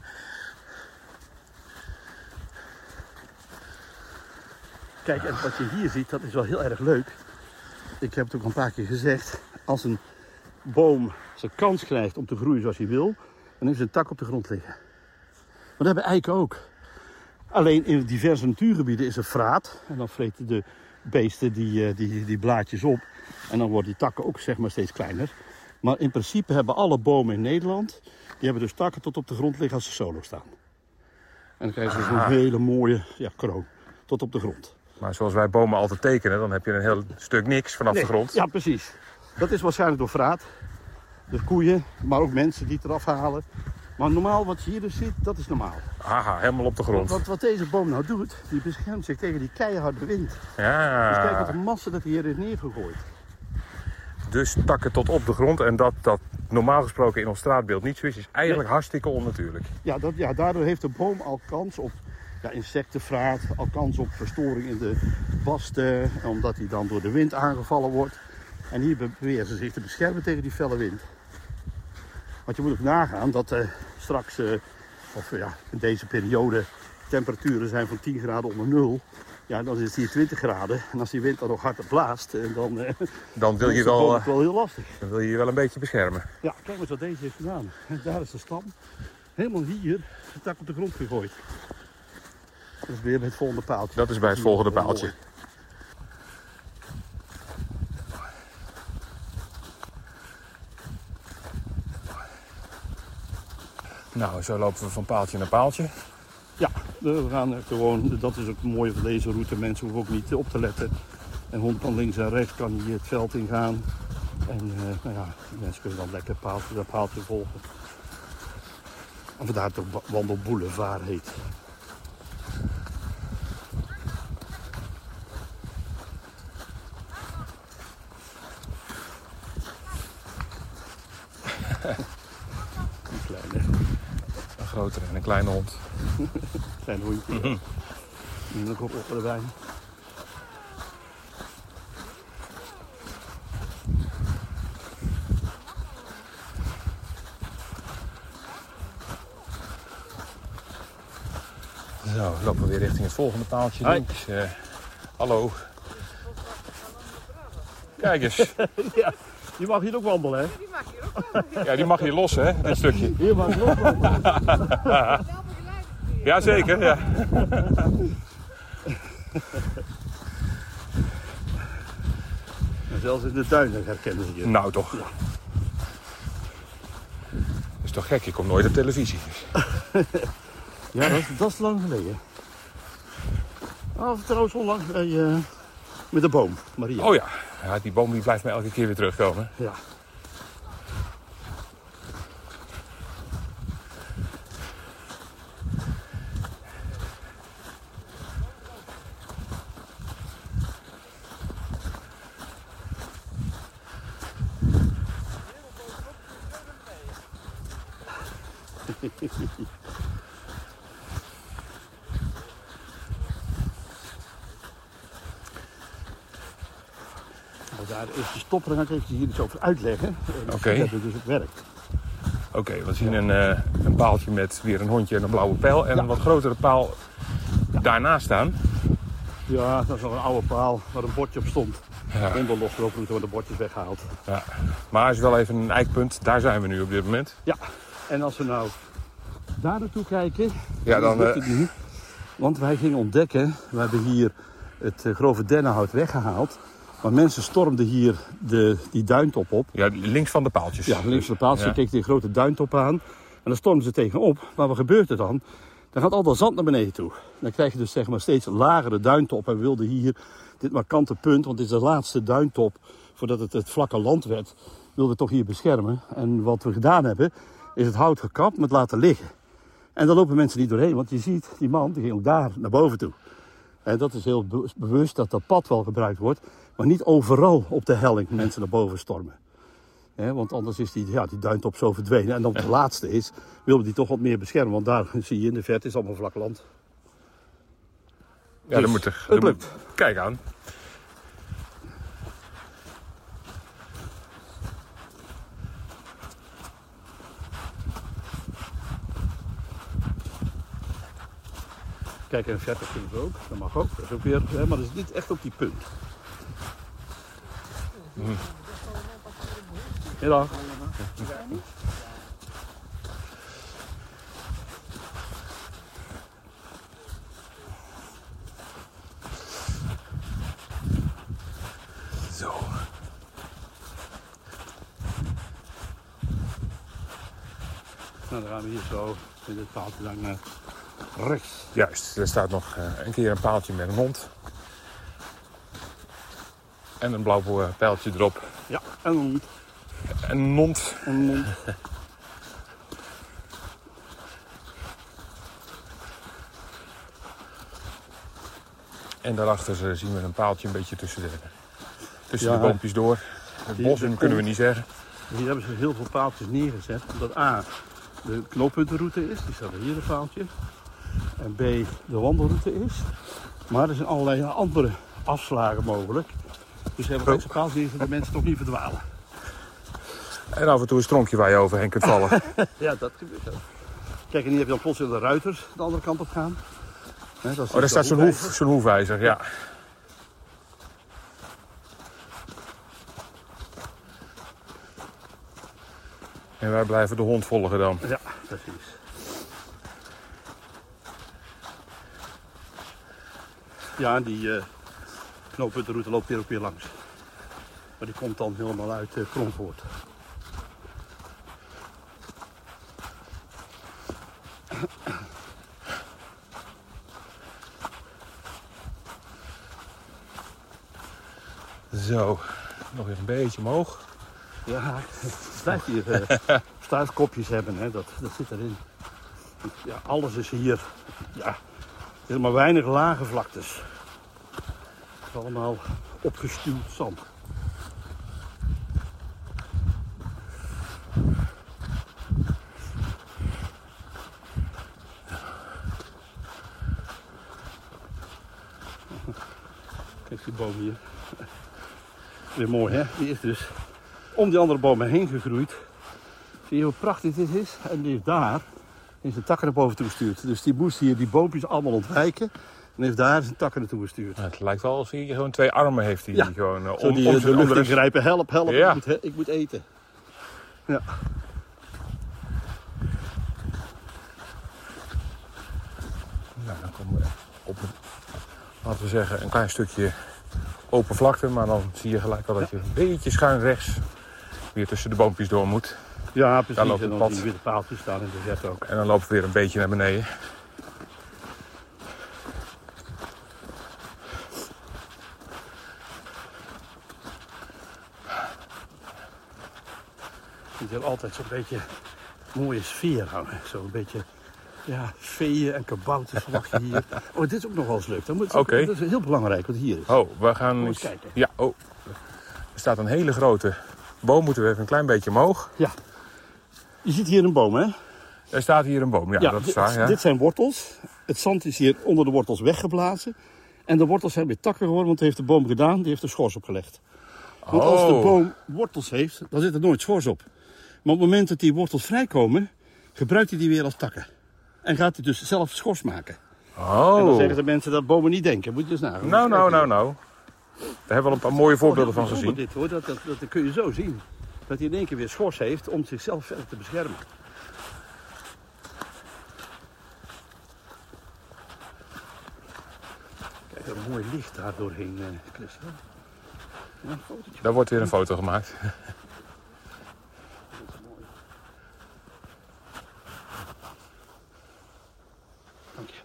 Kijk, en wat je hier ziet, dat is wel heel erg leuk. Ik heb het ook een paar keer gezegd. Als een boom zijn kans krijgt om te groeien zoals hij wil, dan heeft hij een tak op de grond liggen. Maar dat hebben eiken ook. Alleen in diverse natuurgebieden is er vraat. En dan vreten de beesten die blaadjes op. En dan worden die takken ook zeg maar steeds kleiner. Maar in principe hebben alle bomen in Nederland, die hebben dus takken tot op de grond liggen als ze solo staan. En dan krijgen ze zo'n hele mooie kroon tot op de grond. Maar zoals wij bomen altijd tekenen, dan heb je een heel stuk niks vanaf de grond. Ja, precies. Dat is waarschijnlijk door vraat. De koeien, maar ook mensen die het eraf halen. Maar normaal, wat je hier dus ziet, dat is normaal. Aha, helemaal op de grond. Want wat deze boom nou doet, die beschermt zich tegen die keiharde wind. Ja. Dus kijk wat een massa dat hij hier heeft neergegooid. Dus takken tot op de grond en dat normaal gesproken in ons straatbeeld niet zo is eigenlijk hartstikke onnatuurlijk. Ja, daardoor heeft de boom al kans op insectenvraat, al kans op verstoring in de basten, omdat hij dan door de wind aangevallen wordt. En hier proberen ze zich te beschermen tegen die felle wind. Want je moet ook nagaan dat straks, in deze periode, temperaturen zijn van 10 graden onder nul. Ja, dan is het hier 20 graden. En als die wind dan nog harder blaast, dan wil je is wel, het wel heel lastig. Dan wil je je wel een beetje beschermen. Ja, kijk eens wat deze heeft gedaan. Daar is de stam. Helemaal hier, de tak op de grond gegooid. Dat is weer bij het volgende paaltje. Dat is bij het volgende paaltje. Nou, zo lopen we van paaltje naar paaltje. Ja, we gaan gewoon, dat is ook het mooie van deze route. Mensen hoeven ook niet op te letten. En hond kan links en rechts, kan hier het veld ingaan. En mensen kunnen dan lekker dat paaltje volgen. En vandaar het ook wandelboulevard heet. Een kleine. Een grotere en een kleine hond. Klein hondje. En nog op erbij. Zo, lopen we weer richting het volgende paaltje. Links. Hallo. Kijk eens. Ja, die mag hier ook wandelen, hè? Die mag hier ook wel. Ja, die mag hier los, hè, dit stukje. Hier mag je ook wandelen. Jazeker, ja. En zelfs in de duinen herkennen ze je. Nou toch. Ja. Is toch gek, ik kom nooit op televisie. Ja, dat is lang geleden. Trouwens onlangs met de boom, Maria. Oh ja. Ja, die boom die blijft mij elke keer weer terugkomen. Ja. Daar is de stopper en dan kan ik je hier iets over uitleggen. Oké. Dat het dus ook werkt. Oké, we zien een paaltje met weer een hondje en een blauwe pijl. En een wat grotere paal daarnaast staan. Ja, dat is al een oude paal waar een bordje op stond. Ja. Helemaal losgelopen, toen worden de bordjes weggehaald. Ja. Maar het is wel even een eikpunt. Daar zijn we nu op dit moment. Ja, en als we nou daar naartoe kijken, Ja, dan, lukt het nu. Want wij gingen ontdekken, we hebben hier het grove dennenhout weggehaald. Maar mensen stormden hier die duintop op. Ja, links van de paaltjes. Ja, links van de paaltjes Ja. keken die grote duintop aan. En dan stormden ze tegenop. Maar wat gebeurt er dan? Dan gaat al dat zand naar beneden toe. Dan krijg je dus zeg maar steeds lagere duintop. En we wilden hier dit markante punt, want dit is de laatste duintop voordat het vlakke land werd, wilden we toch hier beschermen. En wat we gedaan hebben, is het hout gekapt met laten liggen. En daar lopen mensen niet doorheen, want je ziet, die man die ging ook daar naar boven toe. En dat is heel bewust dat dat pad wel gebruikt wordt. Maar niet overal op de helling mensen naar boven stormen. Want anders is die duintop zo verdwenen. En dan de laatste is, willen we die toch wat meer beschermen. Want daar zie je in de verte is allemaal vlak land. Ja, Dus, dat moet er. het lukt. Kijk aan. Kijk, en verder kunnen we ook. Dat mag ook. Dat is ook weer, maar dat is niet echt op die punt. Middag. Zo. Nou, dan gaan we hier zo in dit paaltje dan naar rechts. Juist, er staat nog een keer een paaltje met een hond. En een blauw pijltje erop. Ja, en dan En een hond. En daarachter zien we een paaltje een beetje tussen de boompjes door. Het bos in kunnen we niet zeggen. Hier hebben ze heel veel paaltjes neergezet. Omdat A, de knooppuntenroute is. Die staat hier een paaltje. En B, de wandelroute is. Maar er zijn allerlei andere afslagen mogelijk. Dus ze hebben ook zo'n paaltje neergezet dat mensen toch niet verdwalen. En af en toe een stronkje waar je overheen kunt vallen. Ja, dat gebeurt ook. Kijk, en hier heb je dan plots de ruiters de andere kant op gaan. Daar staat zo'n hoefijzer, ja. En wij blijven de hond volgen dan. Ja, precies. Ja, en die knooppuntenroute loopt hier ook weer langs. Maar die komt dan helemaal uit Kronvoort. Zo, nog weer een beetje omhoog. Ja, het blijft hier stuifkopjes hebben, hè. Dat zit erin. Ja, alles is hier. Ja, er zijn maar weinig lage vlaktes. Het is allemaal opgestuwd zand. Kijk die boom hier. Weer mooi, hè? Die is dus om die andere bomen heen gegroeid. Zie je hoe prachtig dit is? En die heeft daar zijn takken naar boven toe gestuurd. Dus die moest hier die boompjes allemaal ontwijken. En heeft daar zijn takken naartoe gestuurd. Het lijkt wel alsof hij gewoon 2 armen heeft. Die gewoon om de lucht ingrijpen. Help, Ja. ik moet eten. Ja. Nou, dan komen we op laten we zeggen, een klein stukje open vlakte. Maar dan zie je gelijk al dat je een beetje schuin rechts weer tussen de boompjes door moet. Ja, precies. Daar loopt en het dan pad. zie je weer de paaltjes staan in de zet ook. En dan lopen we weer een beetje naar beneden. Je wil altijd zo'n beetje mooie sfeer hangen. Zo'n beetje veeën en kabouters verwacht je hier. Oh, dit is ook nog wel eens leuk. Dat is heel belangrijk wat hier is. Oh, we gaan eens kijken. Ja, oh. Er staat een hele grote boom. Moeten we even een klein beetje omhoog. Ja. Je ziet hier een boom, hè? Er staat hier een boom, ja, dat is waar. Ja. Dit zijn wortels. Het zand is hier onder de wortels weggeblazen. En de wortels zijn weer takken geworden, want dat heeft de boom gedaan. Die heeft er schors opgelegd. Want als de boom wortels heeft, dan zit er nooit schors op. Maar op het moment dat die wortels vrijkomen, gebruikt hij die weer als takken. En gaat hij dus zelf schors maken. Oh. En dan zeggen de mensen dat bomen niet denken. Moet je dus nagaan. Nou. Daar hebben we al een paar mooie voorbeelden van gezien. Dit, hoor. Dat kun je zo zien. Dat hij in één keer weer schors heeft om zichzelf verder te beschermen. Kijk, een mooi licht daar doorheen, Christian. Ja, een fotootje. Daar wordt weer een foto gemaakt. Dank je.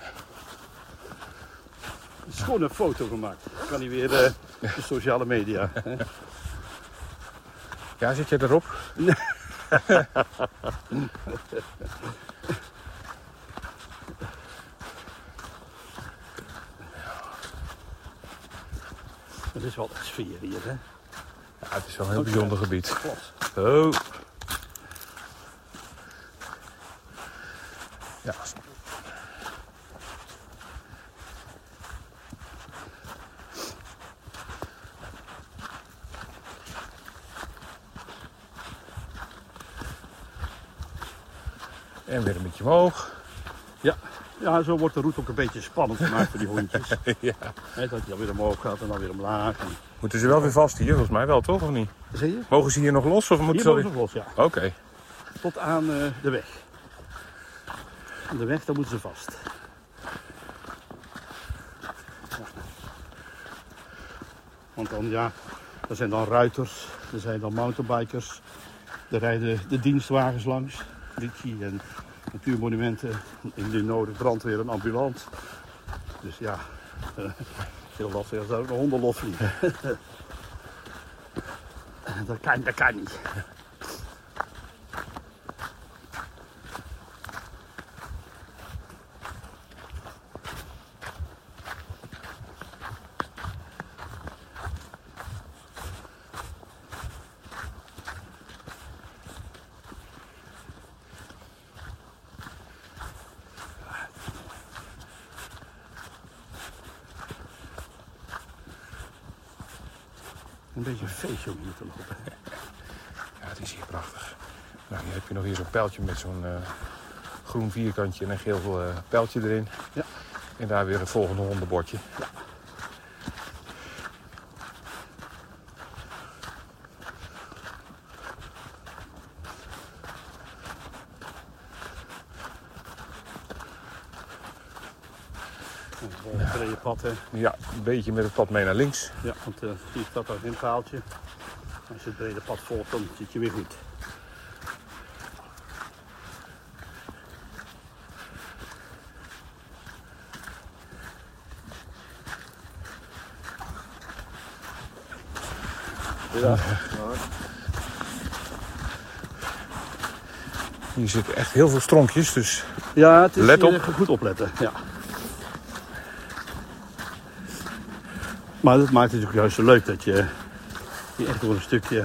Een schone foto gemaakt. Kan hij weer de sociale media. Hè? Ja, zit je erop? Het is wel een sfeer hier, hè? Ja, het is wel een heel bijzonder gebied. Klopt. Oh. Ja. En weer een beetje omhoog. Ja. Ja, zo wordt de route ook een beetje spannend gemaakt voor die hondjes. Ja. He, dat hij dan weer omhoog gaat en dan weer omlaag. En... Moeten ze wel weer vast hier? Volgens mij wel, toch? Of niet? Zie je? Mogen ze hier nog los? Of moeten Hier ze mogen alweer... ze los, ja. Oké. Tot aan de weg. Aan de weg, daar moeten ze vast. Ja. Want dan, ja, er zijn dan ruiters, er zijn dan mountainbikers. Er rijden de dienstwagens langs, politie en natuurmonumenten. Indien nodig brandweer en ambulance. Dus ja, heel lastig als daar ook nog honden losvliegen. Dat kan niet. Een beetje een feestje om hier te lopen. Ja, het is hier prachtig. Nou, hier heb je nog hier zo'n pijltje met zo'n groen vierkantje en een geel pijltje erin. Ja. En daar weer het volgende hondenbordje. Ja. Een brede pad, hè? Ja, een beetje met het pad mee naar links. Ja, want hier staat daar een paaltje. Als je het brede pad volgt, dan zit je weer goed. Ja. Hier zitten echt heel veel stronkjes, dus Ja, het is let op. hier goed opletten. Ja. Maar dat maakt het natuurlijk juist zo leuk dat je hier echt door een stukje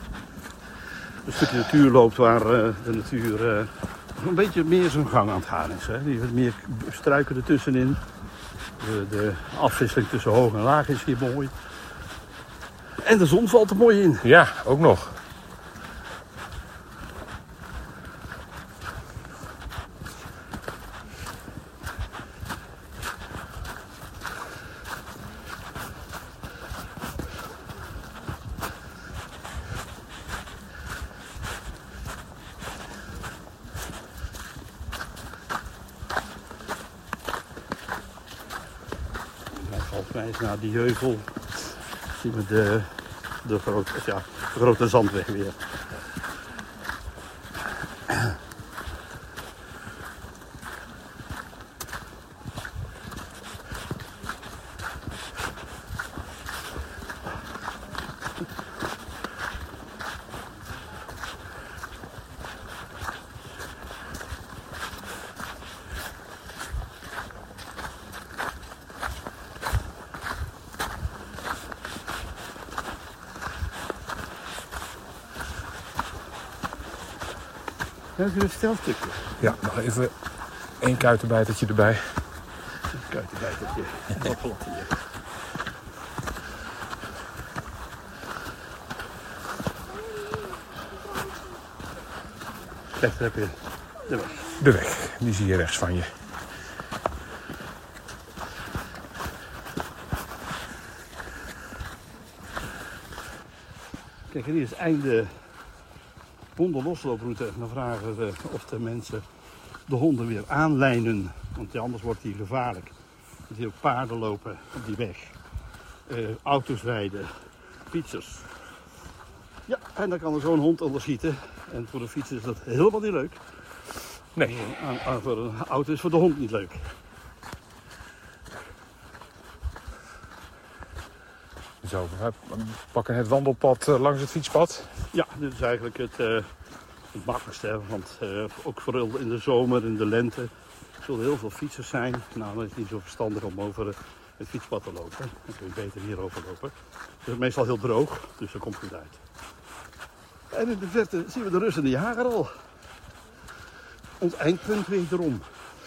natuur loopt waar de natuur een beetje meer zijn gang aan het gaan is. Hè. Die wat meer struiken ertussenin. De afwisseling tussen hoog en laag is hier mooi. En de zon valt er mooi in. ja, ook nog. Volgens mij is naar die heuvel zien we de grote zandweg weer. Dat is weer een stelstukje. Ja, nog even één kuitenbijtertje erbij. Een kuitenbijtertje. Wat plat hier. Kijk, daar heb je de weg. De weg, die zie je rechts van je. Kijk, hier is het einde hondenloslooproute. Dan vragen we of de mensen de honden weer aanlijnen. Want anders wordt die gevaarlijk. Er zijn ook paarden lopen op die weg. Auto's rijden. Fietsers. Ja, en dan kan er zo'n hond onder schieten. En voor de fietser is dat helemaal niet leuk. Nee. Voor een auto is voor de hond niet leuk. Zo, we pakken het wandelpad langs het fietspad. Ja, dit is eigenlijk het makkelijkste. Hè? Want ook vooral in de zomer, in de lente, zullen heel veel fietsers zijn. Nou, dan is het niet zo verstandig om over het fietspad te lopen. Dan kun je beter hierover lopen. Het is meestal heel droog, dus dan komt het goed uit. En in de verte zien we de rustende jager al. Ons eindpunt wederom.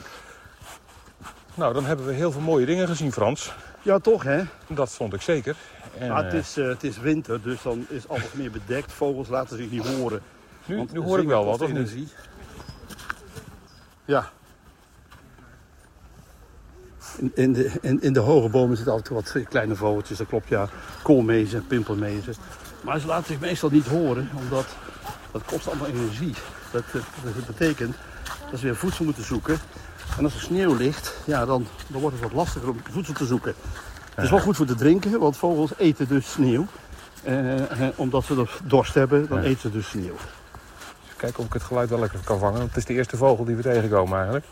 Nou, dan hebben we heel veel mooie dingen gezien, Frans. Ja, toch hè? Dat vond ik zeker. En, Maar het is winter, dus dan is alles meer bedekt. Vogels laten zich niet horen. nu hoor ik wel wat, of niet? Energie. Ja. In de hoge bomen zitten altijd wat kleine vogeltjes, dat klopt ja. Koolmezen, pimpelmezen. Maar ze laten zich meestal niet horen, omdat dat kost allemaal energie. Dat betekent dat ze weer voedsel moeten zoeken. En als er sneeuw ligt, ja, dan wordt het wat lastiger om voedsel te zoeken. Het is wel goed voor te drinken, want vogels eten dus sneeuw. Omdat ze dorst hebben, dan eten ze dus sneeuw. Kijken of ik het geluid wel lekker kan vangen. Het is de eerste vogel die we tegenkomen eigenlijk.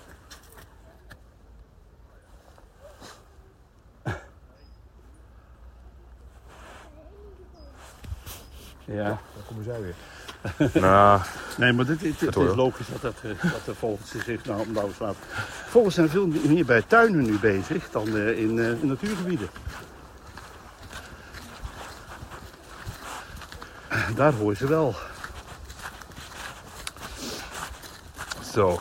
Ja. Daar komen zij weer. Nou, Nee, maar het is logisch dat de vogels zich nou slaat. Vogels zijn veel meer bij tuinen nu bezig dan in natuurgebieden. Daar hoor je ze wel. zo.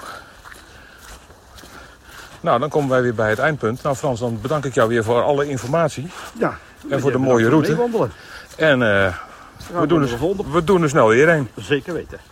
Nou, dan komen wij weer bij het eindpunt. Nou Frans, dan bedank ik jou weer voor alle informatie. Ja. En voor de mooie route. Meewandelen. En we doen er snel weer een. Zeker weten.